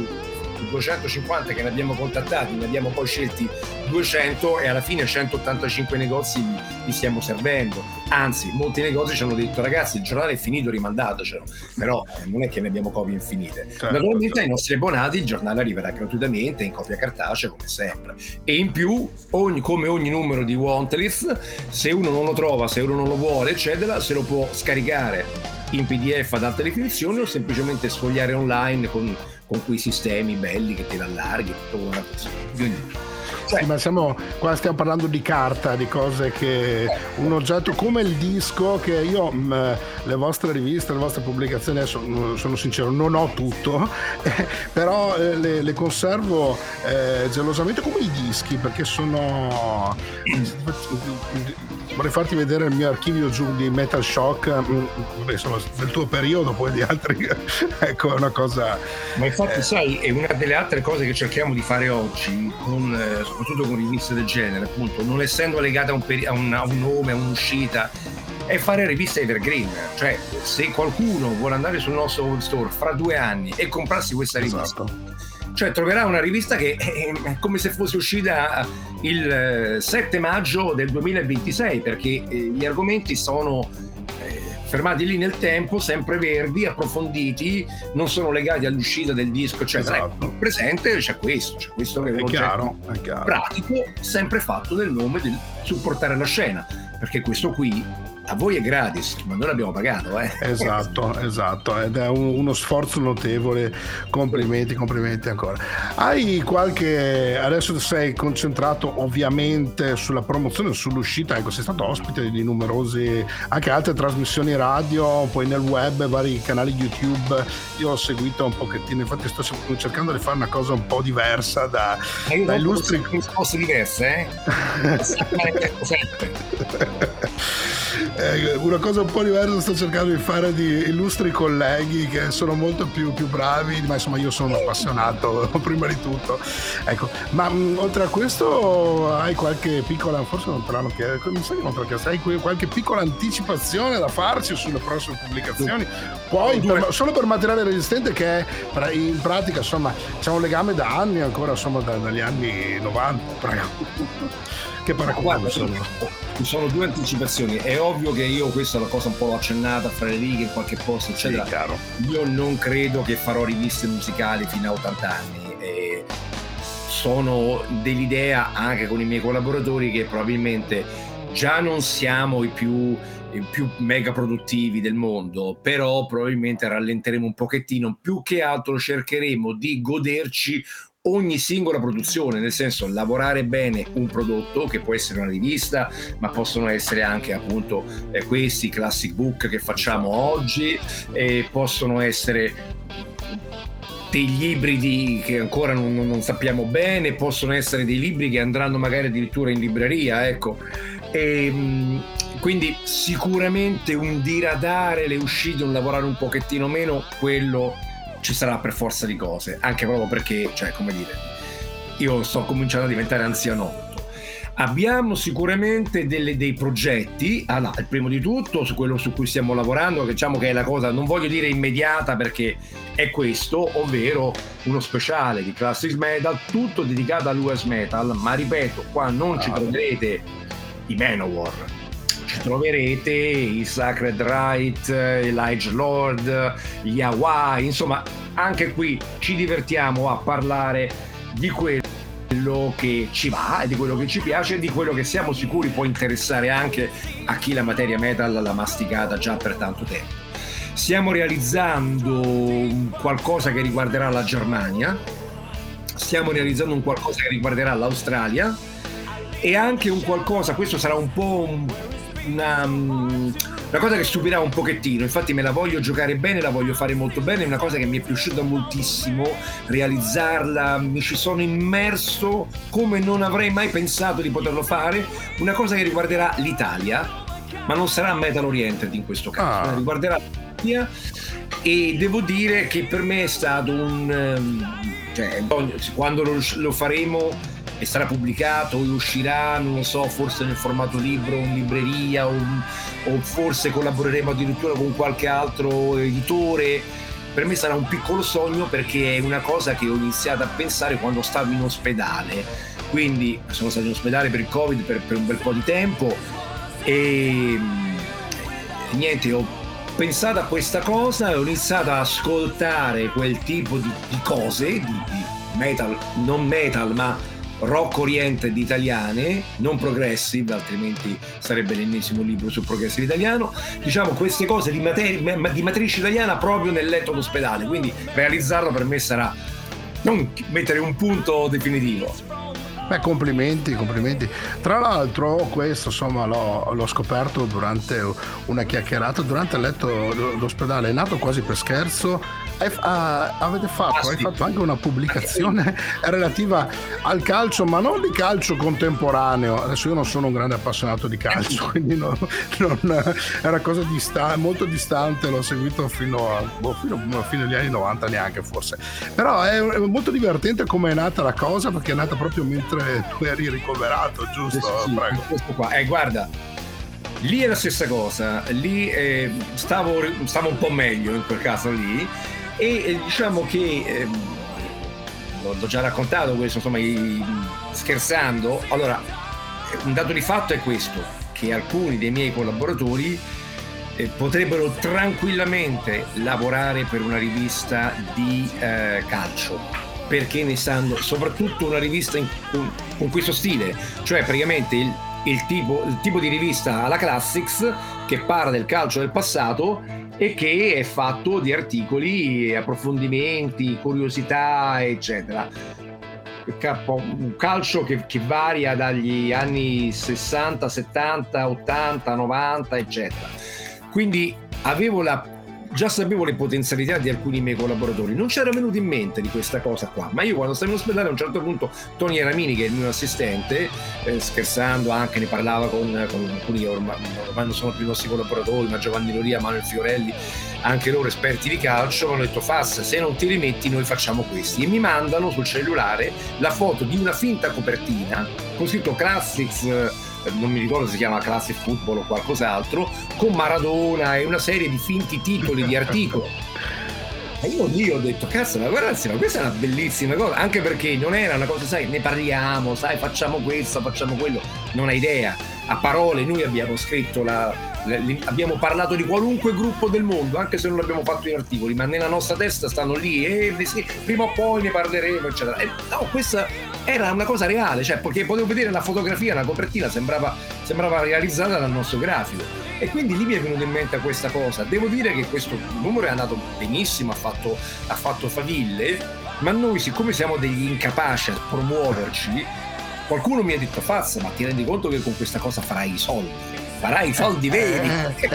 250 che ne abbiamo contattati ne abbiamo poi scelti 200 e alla fine 185 negozi li stiamo servendo, anzi molti negozi ci hanno detto ragazzi il giornale è finito, rimandatecelo, però non è che ne abbiamo copie infinite, naturalmente ai nostri abbonati il giornale arriverà gratuitamente in copia cartacea come sempre, e in più come ogni numero di Wantlist, se uno non lo trova, se uno non lo vuole eccetera, se lo può scaricare in PDF ad alta definizione o semplicemente sfogliare online con quei sistemi belli che te l'allarghi, tutto una cosa. Sì, ma stiamo parlando di carta, di cose che un oggetto come il disco, che io le vostre riviste, le vostre pubblicazioni, adesso sono sincero, non ho tutto, però le conservo gelosamente come i dischi, perché sono vorrei farti vedere il mio archivio giù di Metal Shock, sono del tuo periodo, poi di altri, ecco, è una cosa. Ma infatti sai, è una delle altre cose che cerchiamo di fare oggi, soprattutto con riviste del genere, appunto, non essendo legate a un nome, a un'uscita, è fare riviste evergreen, cioè se qualcuno vuole andare sul nostro web store fra 2 anni e comprarsi questa rivista, Cioè troverà una rivista che è come se fosse uscita il 7 maggio del 2026, perché gli argomenti sono fermati lì nel tempo, sempre verdi, approfonditi, non sono legati all'uscita del disco, eccetera. Esatto. Nel presente c'è questo che è un oggetto pratico, sempre fatto nel nome del supportare la scena, perché questo qui a voi è gratis, ma noi l'abbiamo pagato, Esatto, ed è uno sforzo notevole. Complimenti ancora. Hai qualche, adesso sei concentrato ovviamente sulla promozione, sull'uscita, ecco, sei stato ospite di numerose anche altre trasmissioni radio, poi nel web, vari canali YouTube. Io ho seguito un pochettino, infatti sto cercando di fare una cosa un po' diversa da illustri risposte diverse, una cosa un po' diversa sto cercando di fare di illustri colleghi che sono molto più bravi, ma insomma io sono appassionato prima di tutto, ecco. Ma oltre a questo hai qualche piccola, forse non te l'hanno chiesto, mi sa che non te l'ho chiesto, hai qualche piccola anticipazione da farci sulle prossime pubblicazioni? Poi solo per Materiale Resistente, che è in pratica insomma c'è un legame da anni ancora, insomma dagli anni 90, prego. Che paracadute ci sono due anticipazioni. È ovvio che io, questa è una cosa un po' accennata fra le righe in qualche posto eccetera, io non credo che farò riviste musicali fino a 80 anni, sono dell'idea, anche con i miei collaboratori, che probabilmente già non siamo i più mega produttivi del mondo, però probabilmente rallenteremo un pochettino, più che altro cercheremo di goderci ogni singola produzione, nel senso lavorare bene un prodotto che può essere una rivista, ma possono essere anche appunto questi classic book che facciamo oggi, possono essere degli ibridi che ancora non sappiamo bene, possono essere dei libri che andranno magari addirittura in libreria, ecco. Quindi sicuramente un diradare le uscite, un lavorare un pochettino meno, quello ci sarà per forza di cose, anche proprio perché, cioè, come dire, io sto cominciando a diventare anzianotto. Abbiamo sicuramente dei progetti, il primo di tutto su quello su cui stiamo lavorando, che diciamo che è la cosa, non voglio dire immediata, perché è questo, ovvero uno speciale di Classic Metal, tutto dedicato all'US Metal, ma ripeto, qua non ci troverete i Manowar, ci troverete i Sacred Right, Elijah Lord, gli Hawaii, insomma anche qui ci divertiamo a parlare di quello che ci va e di quello che ci piace e di quello che siamo sicuri può interessare anche a chi la materia metal l'ha masticata già per tanto tempo. Stiamo realizzando qualcosa che riguarderà la Germania, stiamo realizzando un qualcosa che riguarderà l'Australia e anche un qualcosa, questo sarà un po' una cosa che stupirà un pochettino, infatti me la voglio giocare bene, la voglio fare molto bene, è una cosa che mi è piaciuta moltissimo realizzarla, mi ci sono immerso come non avrei mai pensato di poterlo fare, una cosa che riguarderà l'Italia, ma non sarà metal oriented in questo caso, riguarderà l'Italia, e devo dire che per me è stato cioè, quando lo faremo e sarà pubblicato e uscirà, non lo so, forse nel formato libro o in libreria o forse collaboreremo addirittura con qualche altro editore, per me sarà un piccolo sogno, perché è una cosa che ho iniziato a pensare quando stavo in ospedale, quindi sono stato in ospedale per il Covid per un bel po' di tempo e niente, ho pensato a questa cosa e ho iniziato ad ascoltare quel tipo di cose, di metal, non metal ma rock oriented italiane, non progressive, altrimenti sarebbe l'ennesimo libro sul progressive italiano, diciamo queste cose di matrice italiana proprio nel letto d'ospedale, quindi realizzarlo per me sarà non mettere un punto definitivo. Beh, complimenti. Tra l'altro questo insomma l'ho scoperto durante una chiacchierata durante il letto d'ospedale, è nato quasi per scherzo. Hai fatto anche una pubblicazione relativa al calcio, ma non di calcio contemporaneo. Adesso io non sono un grande appassionato di calcio, quindi non era cosa molto distante, l'ho seguito fino agli anni 90 neanche forse. Però è molto divertente come è nata la cosa, perché è nata proprio mentre tu eri ricoverato, giusto? Sì, Prego. Questo qua. Guarda, lì è la stessa cosa, lì stavo un po' meglio in quel caso lì, e diciamo che l'ho già raccontato questo, insomma, scherzando. Allora, un dato di fatto è questo, che alcuni dei miei collaboratori potrebbero tranquillamente lavorare per una rivista di calcio, perché ne sanno, soprattutto una rivista con questo stile, cioè praticamente il tipo di rivista alla Classics, che parla del calcio del passato e che è fatto di articoli, approfondimenti, curiosità, eccetera. Un calcio che varia dagli anni 60, 70, 80, 90, eccetera. Quindi già sapevo le potenzialità di alcuni miei collaboratori, non c'era venuto in mente di questa cosa qua, ma io quando stavo in ospedale a un certo punto Tony Ramini, che è il mio assistente, scherzando anche, ne parlava con alcuni ormai non sono più i nostri collaboratori, ma Giovanni Loria, Manuel Fiorelli, anche loro esperti di calcio, mi hanno detto: Faz, se non ti rimetti noi facciamo questi, e mi mandano sul cellulare la foto di una finta copertina con scritto Classics, non mi ricordo se si chiama Classic Football o qualcos'altro, con Maradona e una serie di finti titoli di articoli. E io ho detto: cazzo, ma guardate, ma questa è una bellissima cosa, anche perché non era una cosa, sai, ne parliamo, sai, facciamo questo, facciamo quello, non hai idea. A parole noi abbiamo scritto abbiamo parlato di qualunque gruppo del mondo, anche se non l'abbiamo fatto in articoli, ma nella nostra testa stanno lì e prima o poi ne parleremo, eccetera. E no, questa era una cosa reale, cioè, perché potevo vedere la fotografia, la copertina sembrava realizzata dal nostro grafico, e quindi lì mi è venuta in mente questa cosa. Devo dire che questo numero è andato benissimo, ha fatto faville, ma noi, siccome siamo degli incapaci a promuoverci, qualcuno mi ha detto: Faz, ma ti rendi conto che con questa cosa farai i soldi veri?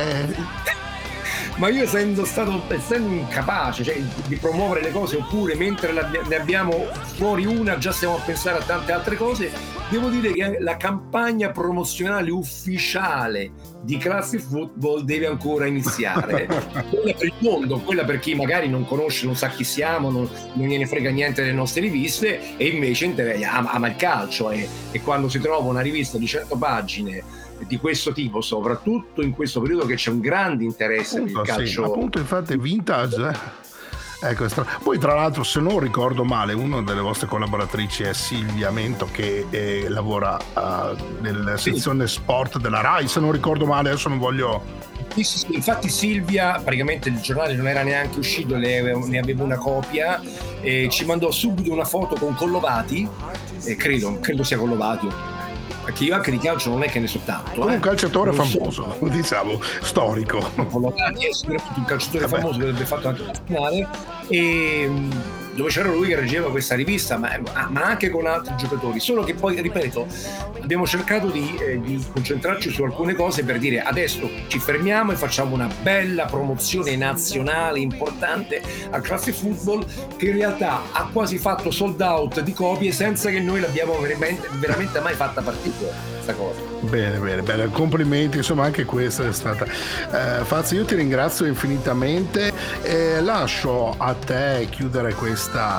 Ma io essendo incapace, cioè, di promuovere le cose, oppure mentre ne abbiamo fuori una già stiamo a pensare a tante altre cose, devo dire che la campagna promozionale ufficiale di Classic Football deve ancora iniziare. Quella per il mondo, quella per chi magari non conosce, non sa chi siamo, non gliene frega niente delle nostre riviste, e invece ama il calcio, e quando si trova una rivista di 100 pagine di questo tipo, soprattutto in questo periodo che c'è un grande interesse per il calcio. Sì, appunto, infatti vintage. Ecco, poi tra l'altro, se non ricordo male, una delle vostre collaboratrici è Silvia Mento, che lavora nella sezione sport della Rai, se non ricordo male, adesso non voglio... Sì, infatti Silvia, praticamente il giornale non era neanche uscito, ne avevo una copia, e ci mandò subito una foto con Collovati, credo sia Collovati, perché io anche di calcio non è che ne so tanto. Un calciatore famoso, diciamo, storico. Collovati è sicuramente un calciatore famoso che avrebbe fatto anche la finale, e dove c'era lui che reggeva questa rivista, ma anche con altri giocatori. Solo che poi, ripeto, abbiamo cercato di concentrarci su alcune cose per dire: adesso ci fermiamo e facciamo una bella promozione nazionale importante al Classic Football, che in realtà ha quasi fatto sold out di copie senza che noi l'abbiamo veramente mai fatta partire questa cosa. Bene, complimenti, insomma, anche questa è stata. Faz, io ti ringrazio infinitamente, lascio a te chiudere questa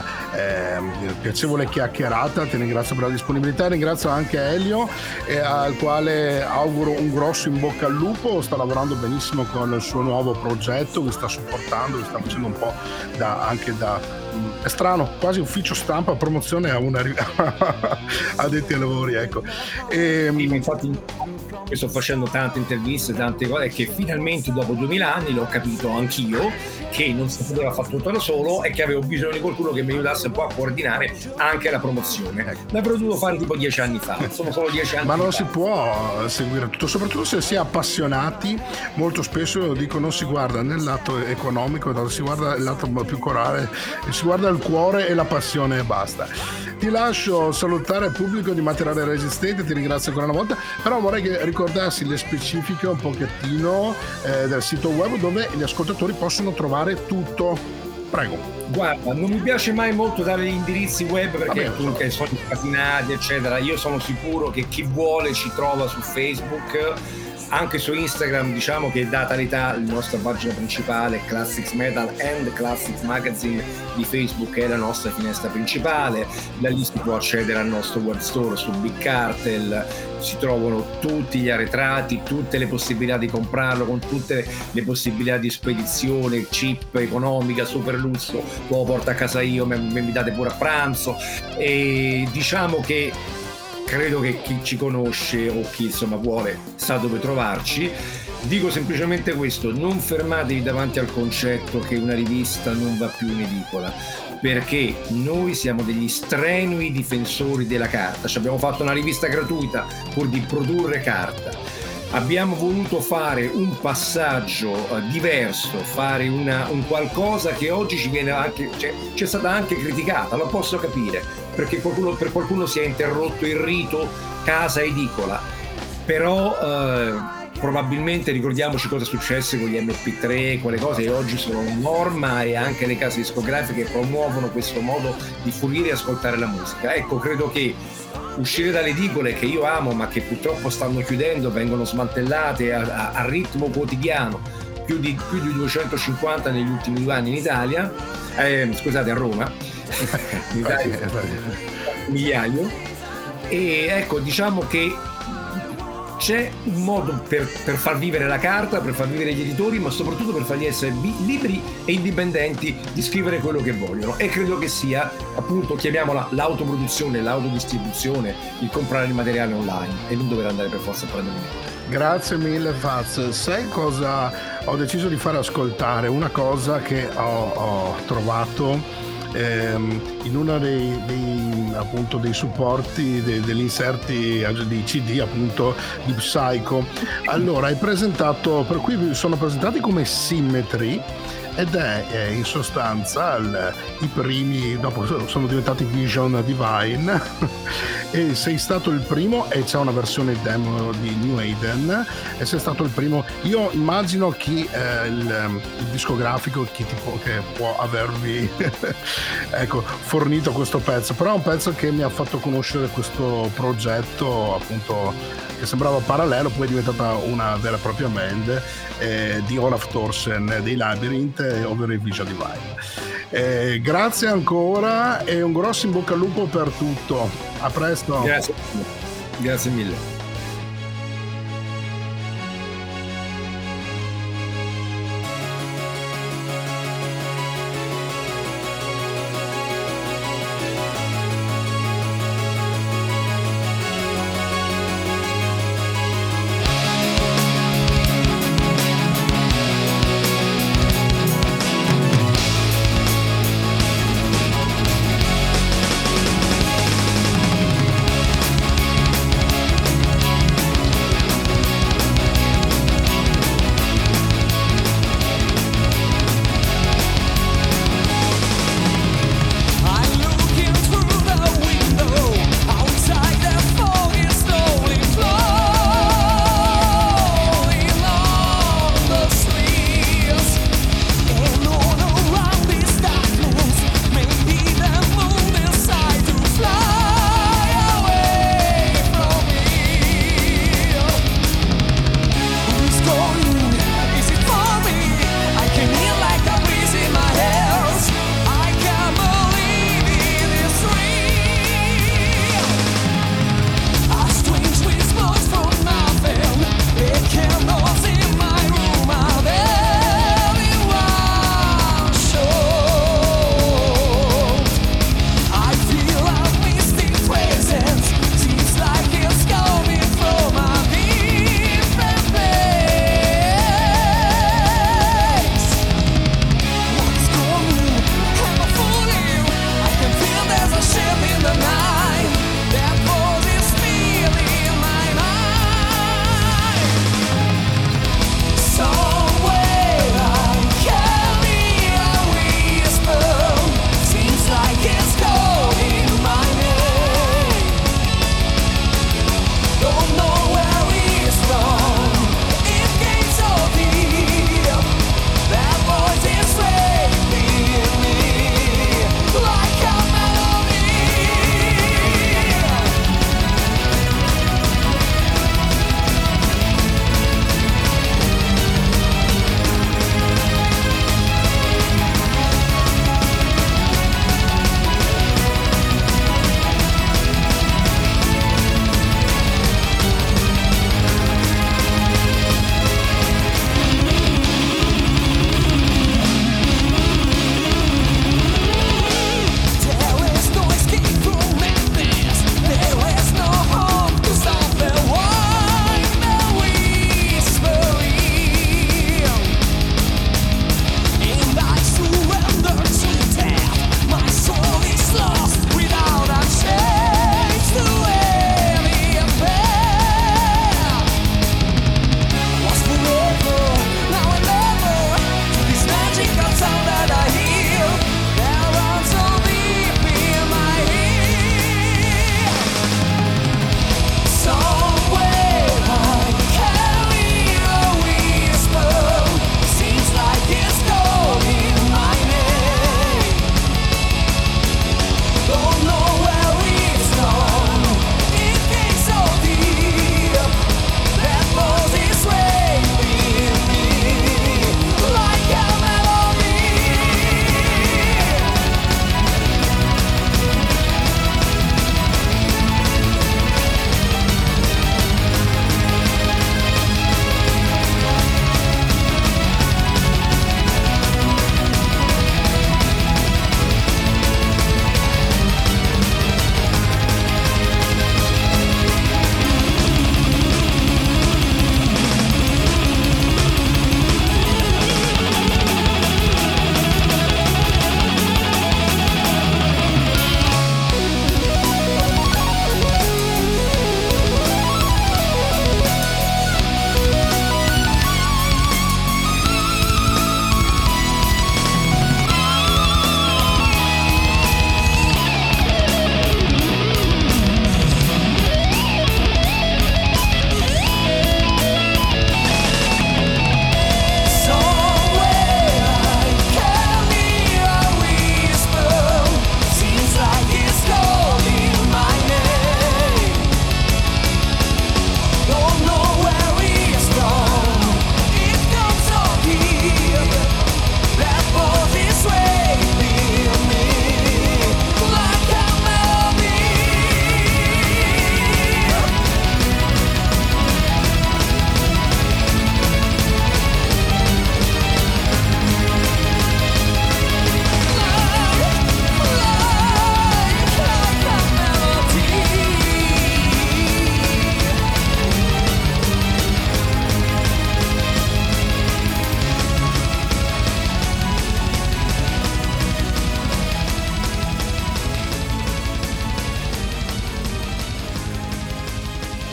piacevole chiacchierata. Ti ringrazio per la disponibilità, ringrazio anche Elio, al quale auguro un grosso in bocca al lupo. Sta lavorando benissimo con il suo nuovo progetto, vi sta supportando, vi sta facendo un po' anche da è strano, quasi ufficio stampa, promozione a una addetti ai lavori, ecco. Infatti sto facendo tante interviste, tante cose, che finalmente dopo 2000 anni l'ho capito anch'io, che non si poteva fare tutto da solo e che avevo bisogno di qualcuno che mi aiutasse un po' a coordinare anche la promozione. L'avrei dovuto fare tipo 10 anni fa, sono solo 10 anni. Ma non si può seguire tutto, soprattutto se si è appassionati. Molto spesso dico non si guarda nel lato economico, si guarda il lato più corale, si guarda il cuore e la passione e basta. Ti lascio salutare il pubblico di Materiale Resistente, ti ringrazio ancora una volta, però vorrei che ricordassi le specifiche un pochettino del sito web dove gli ascoltatori possono trovare tutto. Prego. Guarda, non mi piace mai molto dare gli indirizzi web perché comunque sono incasinati, eccetera. Io sono sicuro che chi vuole ci trova su Facebook, Anche su Instagram diciamo che data l'età la nostra pagina principale Classics Metal and Classics Magazine di Facebook è la nostra finestra principale. Da lì si può accedere al nostro web store su Big Cartel, si trovano tutti gli arretrati, tutte le possibilità di comprarlo, con tutte le possibilità di spedizione, chip, economica, super lusso, poi lo porto a casa io, mi invitate pure a pranzo. E diciamo che credo che chi ci conosce o chi insomma vuole sa dove trovarci. Dico semplicemente questo: non fermatevi davanti al concetto che una rivista non va più in edicola, perché noi siamo degli strenui difensori della carta. Ci abbiamo fatto una rivista gratuita pur di produrre carta. Abbiamo voluto fare un passaggio diverso, fare un qualcosa che oggi ci viene anche, c'è stata anche criticata, lo posso capire, perché per qualcuno si è interrotto il rito casa edicola, però probabilmente ricordiamoci cosa successe con gli MP3, quelle cose che oggi sono norma, e anche le case discografiche promuovono questo modo di fruire e ascoltare la musica. Ecco, credo che uscire dalle edicole, che io amo ma che purtroppo stanno chiudendo, vengono smantellate a ritmo quotidiano, più di 250 negli ultimi 2 anni in Italia, scusate, a Roma, in Italia, migliaio. E ecco, diciamo che c'è un modo per far vivere la carta, per far vivere gli editori, ma soprattutto per fargli essere liberi e indipendenti di scrivere quello che vogliono, e credo che sia, appunto, chiamiamola l'autoproduzione, l'autodistribuzione, il comprare il materiale online e non dover andare per forza a prendere. Grazie mille Faz. Sai cosa ho deciso di fare ascoltare? Una cosa che ho trovato in uno dei supporti degli inserti di CD, appunto, di Psycho. Allora hai presentato, per cui sono presentati come Symmetry, ed è in sostanza i primi, dopo sono diventati Vision Divine e sei stato il primo, e c'è una versione demo di New Eden, e sei stato il primo. Io immagino chi il discografico che può avervi ecco, fornito questo pezzo, però è un pezzo che mi ha fatto conoscere questo progetto, appunto, che sembrava parallelo, poi è diventata una vera e propria band di Olaf Thorsen dei Labyrinth, ovvero i Vision Divine. Grazie ancora e un grosso in bocca al lupo per tutto. A presto. Grazie mille.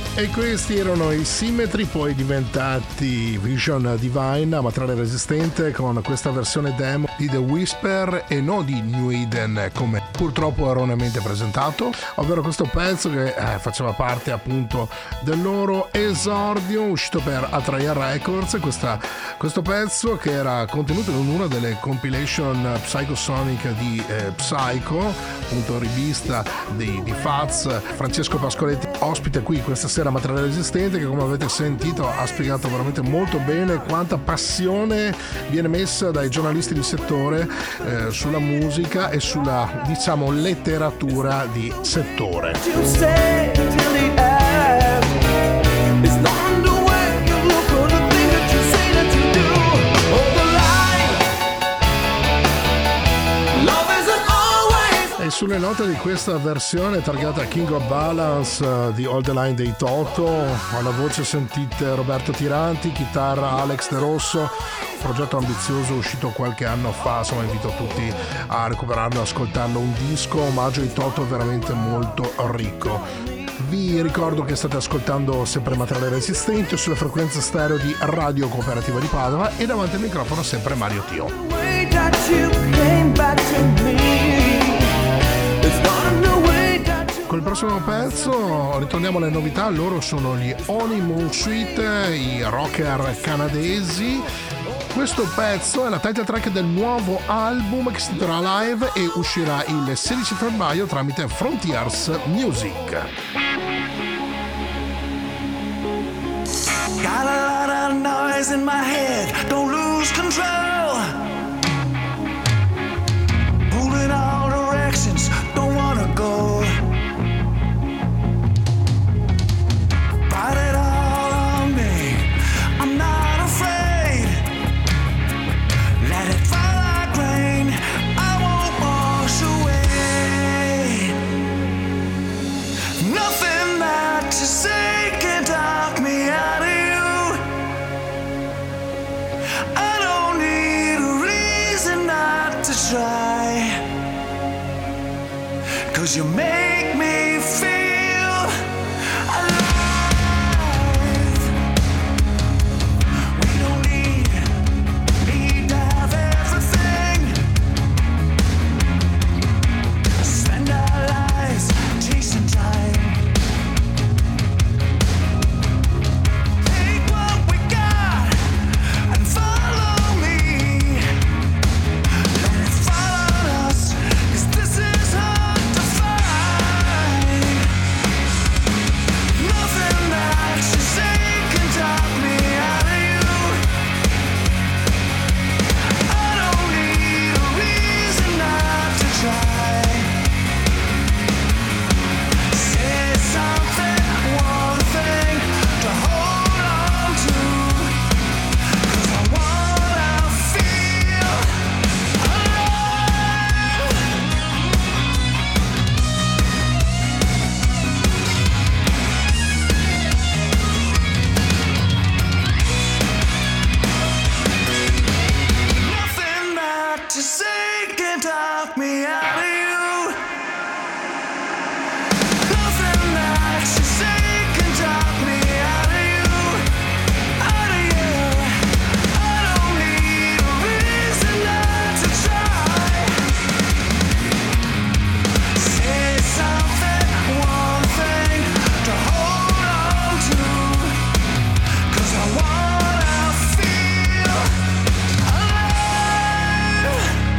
E questi erano i Symmetry, poi diventati Vision Divine, materiale resistente, con questa versione demo di The Whisper e non di New Eden come purtroppo erroneamente presentato, ovvero questo pezzo che faceva parte appunto del loro esordio uscito per Atreia Records. Questo pezzo che era contenuto in una delle compilation Psychosonic di Psycho, appunto rivista di Faz. Francesco Pascoletti ospite qui questa sera Materiale Resistente, che come avete sentito ha spiegato veramente molto bene quanta passione viene messa dai giornalisti di settore sulla musica e sulla, diciamo, letteratura di settore. Sulle note di questa versione targata King of Balance di All the Line dei Toto, alla voce sentite Roberto Tiranti, chitarra Alex De Rosso, progetto ambizioso uscito qualche anno fa, insomma invito tutti a recuperarlo, ascoltando un disco omaggio ai Toto veramente molto ricco. Vi ricordo che state ascoltando sempre Materiale Resistente sulle frequenze stereo di Radio Cooperativa di Padova e davanti al microfono sempre Mario Tio. Col prossimo pezzo ritorniamo alle novità. Loro sono gli Honeymoon Suite, i rocker canadesi. Questo pezzo è la title track del nuovo album che si intitola Live e uscirà il 16 febbraio tramite Frontiers Music. Got a lot of noise in my head, don't lose control. Pull in all directions, don't wanna go. Write it all on me, I'm not afraid. Let it fall like rain, I won't wash away. Nothing that you say can talk me out of you. I don't need a reason not to try, 'cause you make me feel alive. We don't need to have everything. Spend our lives chasing time. Take what we got and follow me. Let it follow us, 'cause this is hard to find. Nothing that you say can talk me out of you. I don't need a reason not to try. Say something, one thing to hold on to, 'cause I wanna feel alive. Nothing that you say can talk me out of you. Nothing that you say can talk me out of you. Out of you. I don't need a reason not to try. Say something, one thing to hold on to, 'cause I wanna feel alive.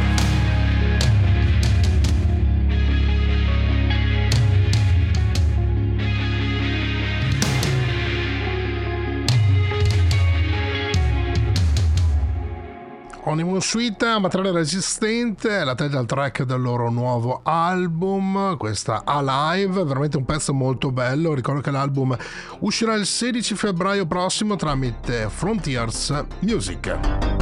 Honeymoon Suite, materiale resistente, la title track del loro nuovo album, questa Alive, veramente un pezzo molto bello. Ricordo che l'album uscirà il 16 febbraio prossimo tramite Frontiers Music.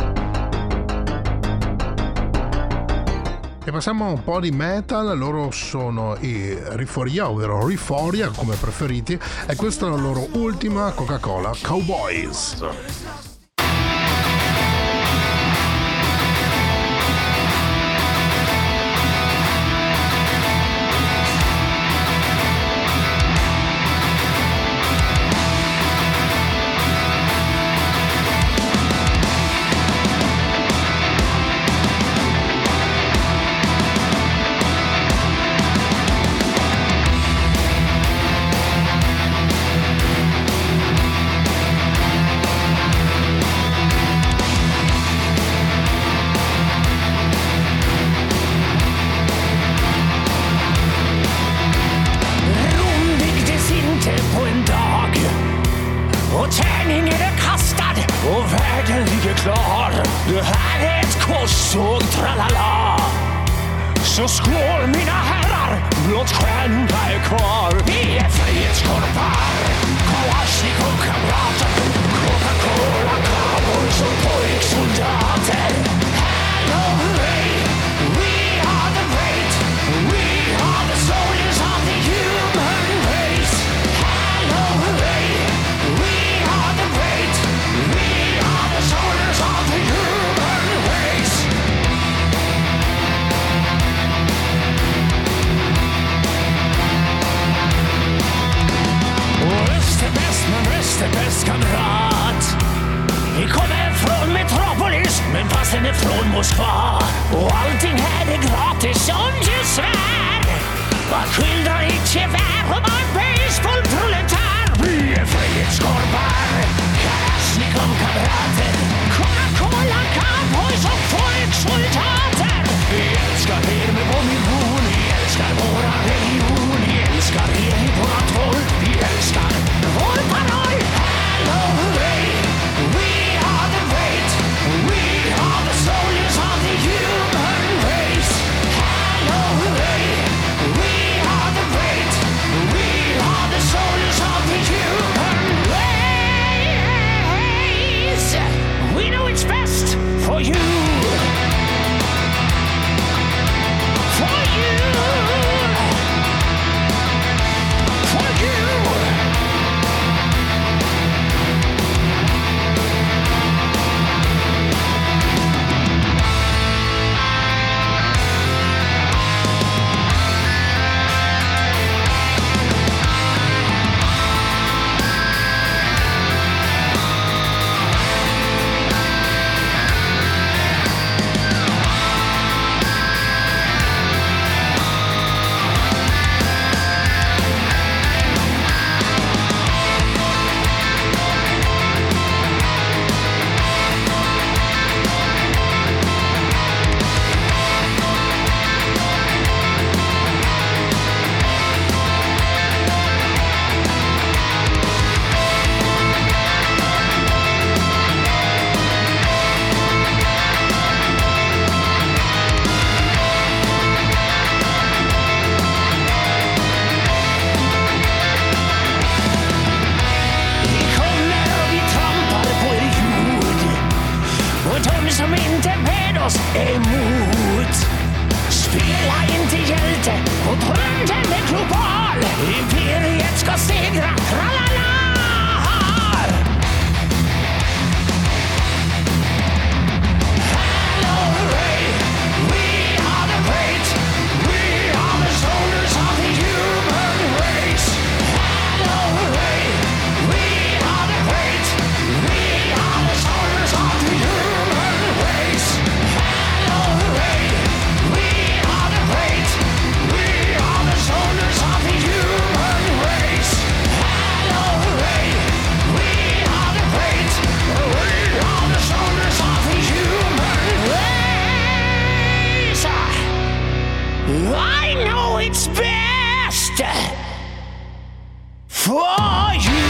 E passiamo a un po' di metal. Loro sono i Riforia, ovvero Riforia come preferiti, e questa è la loro ultima Coca-Cola Cowboys. Det här är ett korståg, tralala. Så skål mina herrar, blott stjärnorna är kvar. Vi är frihetskorpar, Kalashnikov-kamrater, Coca-Cola, cowboys och pojksoldater. Hello, hooray, we are the great, we are the soldiers of the human race. Hello, hooray, we are the great, we are the soldiers of the human race. Öst är bäst, men väst är bäst, kamrat. Vi kommer från Metropolis, men fast den är från Moskva. Och allting här är gratis som du svär. Vad skildrar ditt gevär och var baseballproletär? Vi är frihetskorpar, Kalashnikov-kamrater, Coca-Cola, cowboys och folksoldater. Vi älskar er med vår mission, vi älskar våra religion, vi älskar er i vårat håll, vi älskar vår paroll. Hello, hooray, we are the great, we are the soldiers of the human race. Hello, hooray, we are the great, we are the soldiers of the human race. We know it's best for you. For you. For you. Som inte med oss emot. Spela inte hjälte och drömmen är global. Imperiet ska segra, tralala. Hello, hooray, we are the great, we are the soldiers of the human race. Hello, hooray, we are the great, we are the soldiers of the human race. Hello, hooray, we are the great, we are the soldiers of the human race. Hello, hooray, we are the great, we are the soldiers of the human race. I know it's best for you.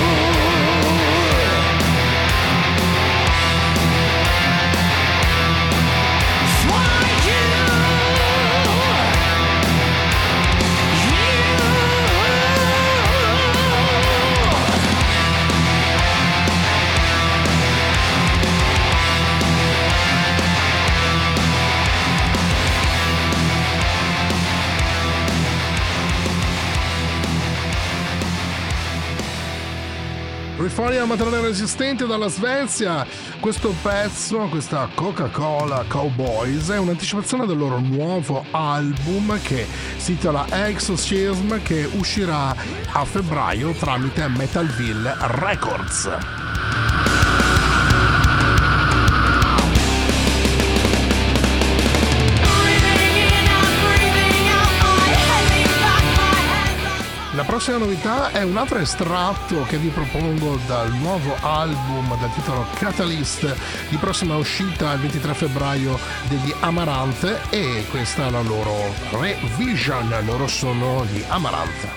Rifuori materiale resistente dalla Svezia. Questo pezzo, questa Coca-Cola Cowboys, è un'anticipazione del loro nuovo album che si intitola Exorcism, che uscirà a febbraio tramite Metalville Records. La prossima novità è un altro estratto che vi propongo dal nuovo album dal titolo Catalyst, di prossima uscita il 23 febbraio degli Amaranth, e questa è la loro revision. Loro sono gli Amaranth.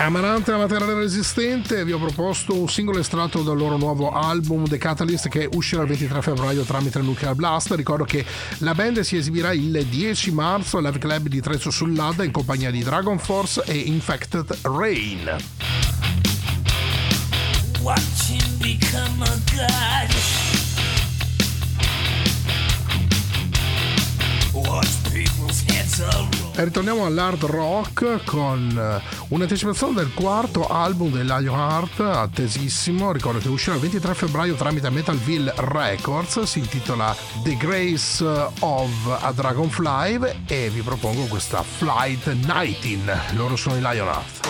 Amarante la materiale resistente, vi ho proposto un singolo estratto dal loro nuovo album The Catalyst, che uscirà il 23 febbraio tramite Nuclear Blast. Ricordo che la band si esibirà il 10 marzo all'Ave Club di Trezzo sull'Adda in compagnia di Dragon Force e Infected Rain. Watch him become a god. Watch people's heads roll. E ritorniamo all'hard rock con un'anticipazione del quarto album dei Lionheart, attesissimo. Ricordo che uscirà il 23 febbraio tramite Metalville Records, si intitola The Grace of a Dragonfly e vi propongo questa Flight 19. Loro sono i Lionheart.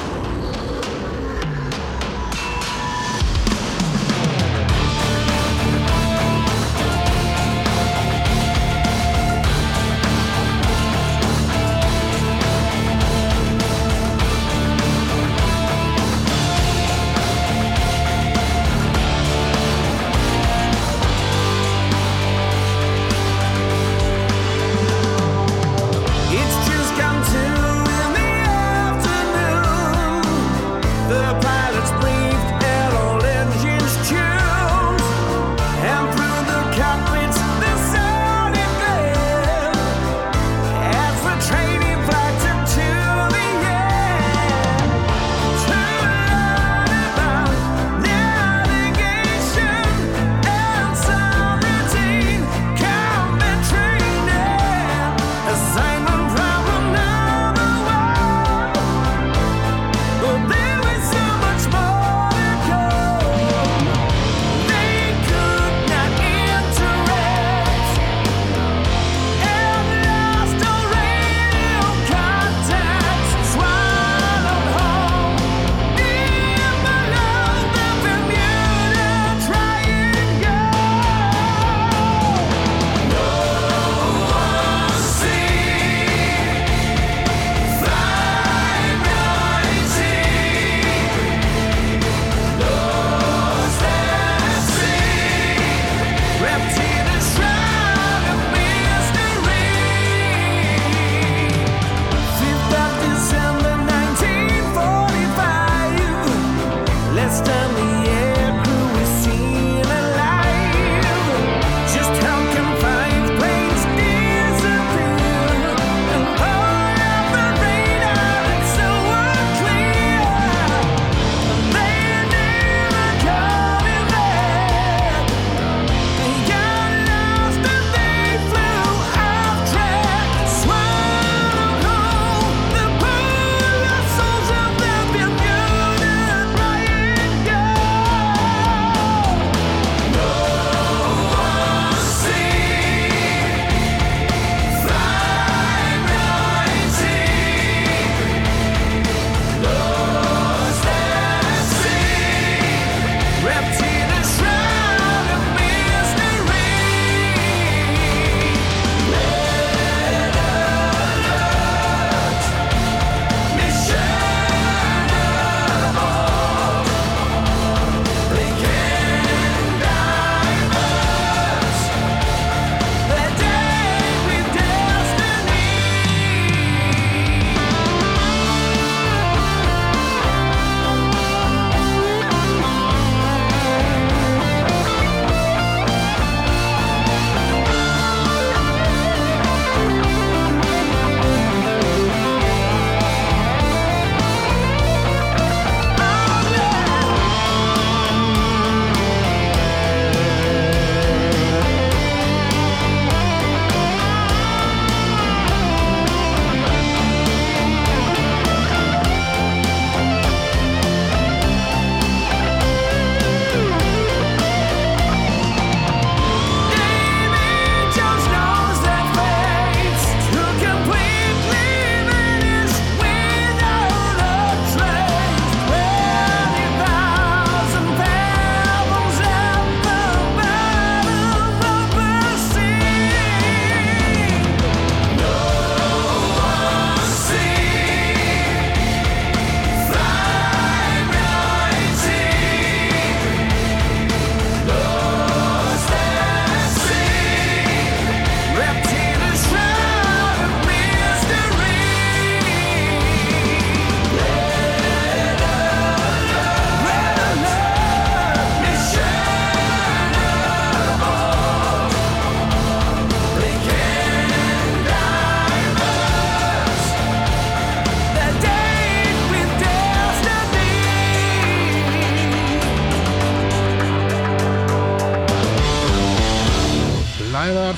There was so much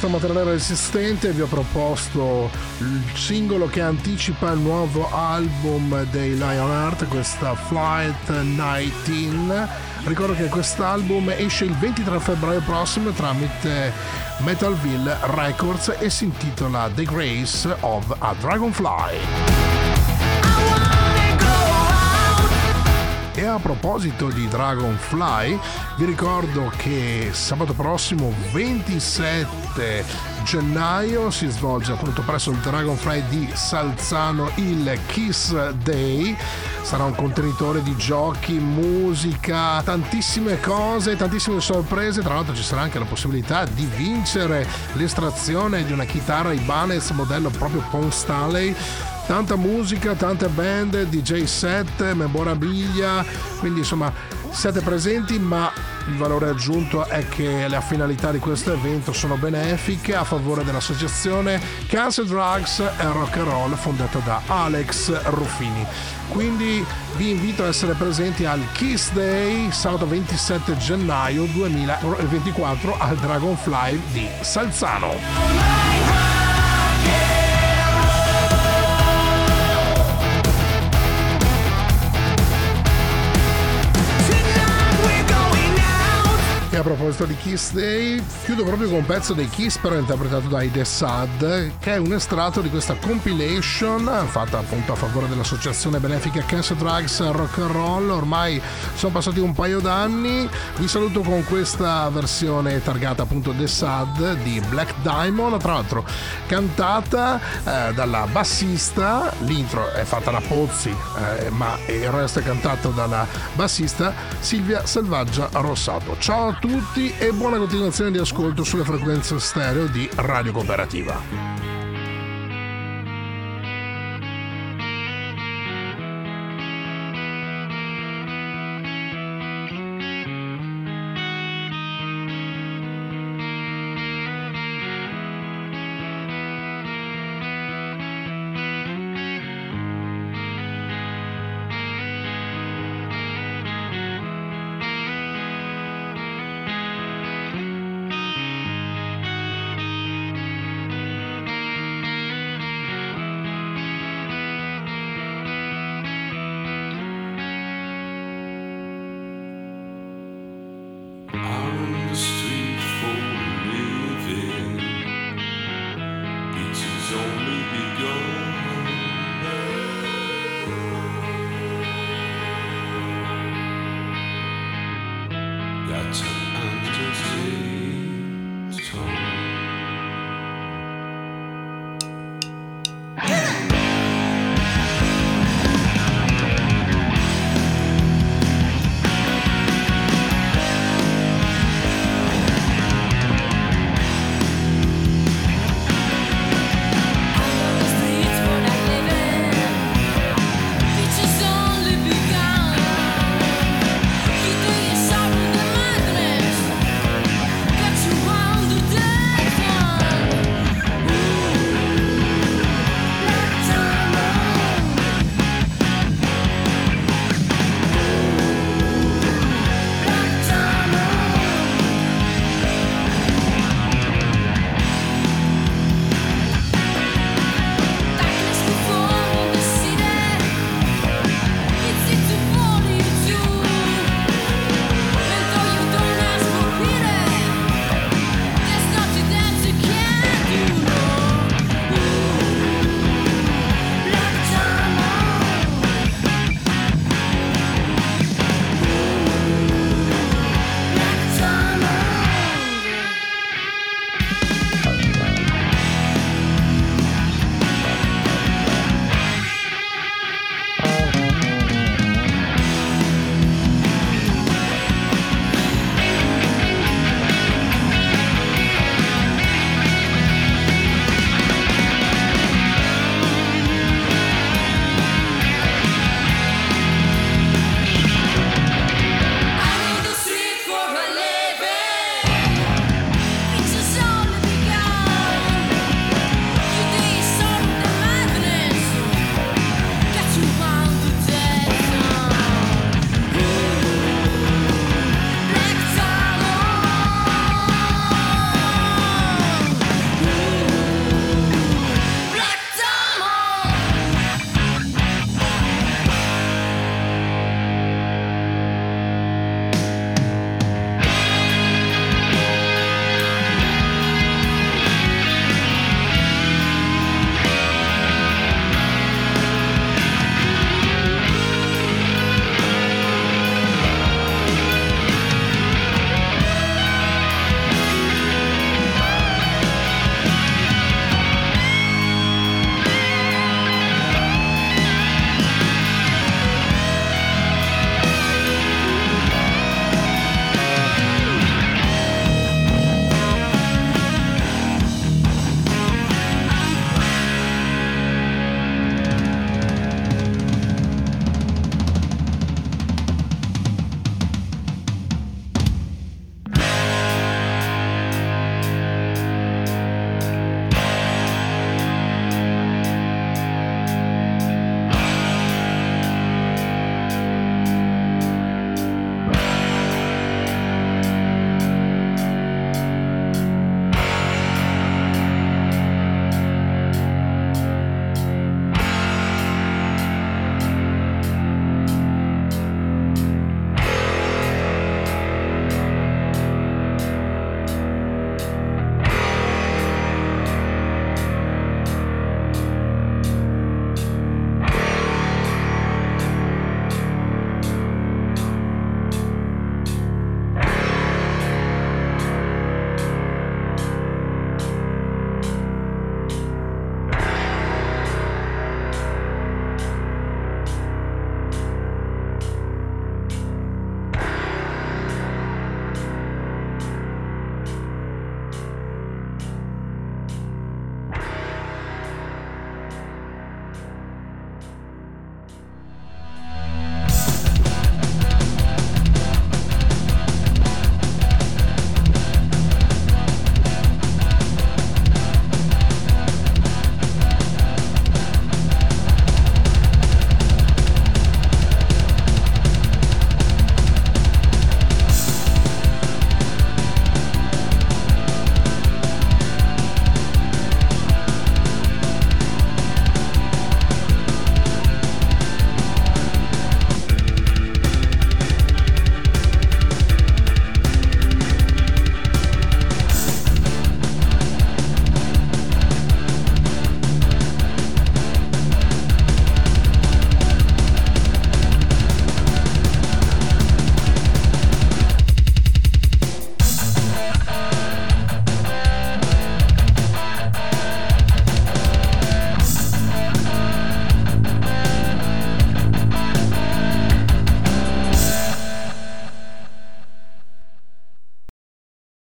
nostro materiale resistente vi ho proposto il singolo che anticipa il nuovo album dei Lionheart, questa Flight 19. Ricordo che quest'album esce il 23 febbraio prossimo tramite Metalville Records e si intitola The Grace of a Dragonfly. E a proposito di Dragonfly, vi ricordo che sabato prossimo 27 gennaio si svolge appunto presso il Dragonfly di Salzano il Kiss Day. Sarà un contenitore di giochi, musica, tantissime cose, tantissime sorprese. Tra l'altro ci sarà anche la possibilità di vincere l'estrazione di una chitarra Ibanez modello proprio Pawn Stanley. Tanta musica, tante band, DJ set, memorabilia, quindi insomma siate presenti, ma il valore aggiunto è che le finalità di questo evento sono benefiche a favore dell'associazione Cancer Drugs and Rock and Roll fondata da Alex Ruffini. Quindi vi invito a essere presenti al Kiss Day sabato 27 gennaio 2024 al Dragonfly di Salzano. E a proposito di Kiss Day, chiudo proprio con un pezzo dei Kiss, però interpretato dai The Sad, che è un estratto di questa compilation fatta appunto a favore dell'associazione benefica Cancer Drugs Rock and Roll. Ormai sono passati un paio d'anni. Vi saluto con questa versione targata appunto The Sad di Black Diamond, tra l'altro cantata dalla bassista. L'intro è fatta da Pozzi, ma il resto è cantato dalla bassista Silvia Selvaggia Rossato. Ciao a tutti e buona continuazione di ascolto sulle frequenze stereo di Radio Cooperativa. Got to understand.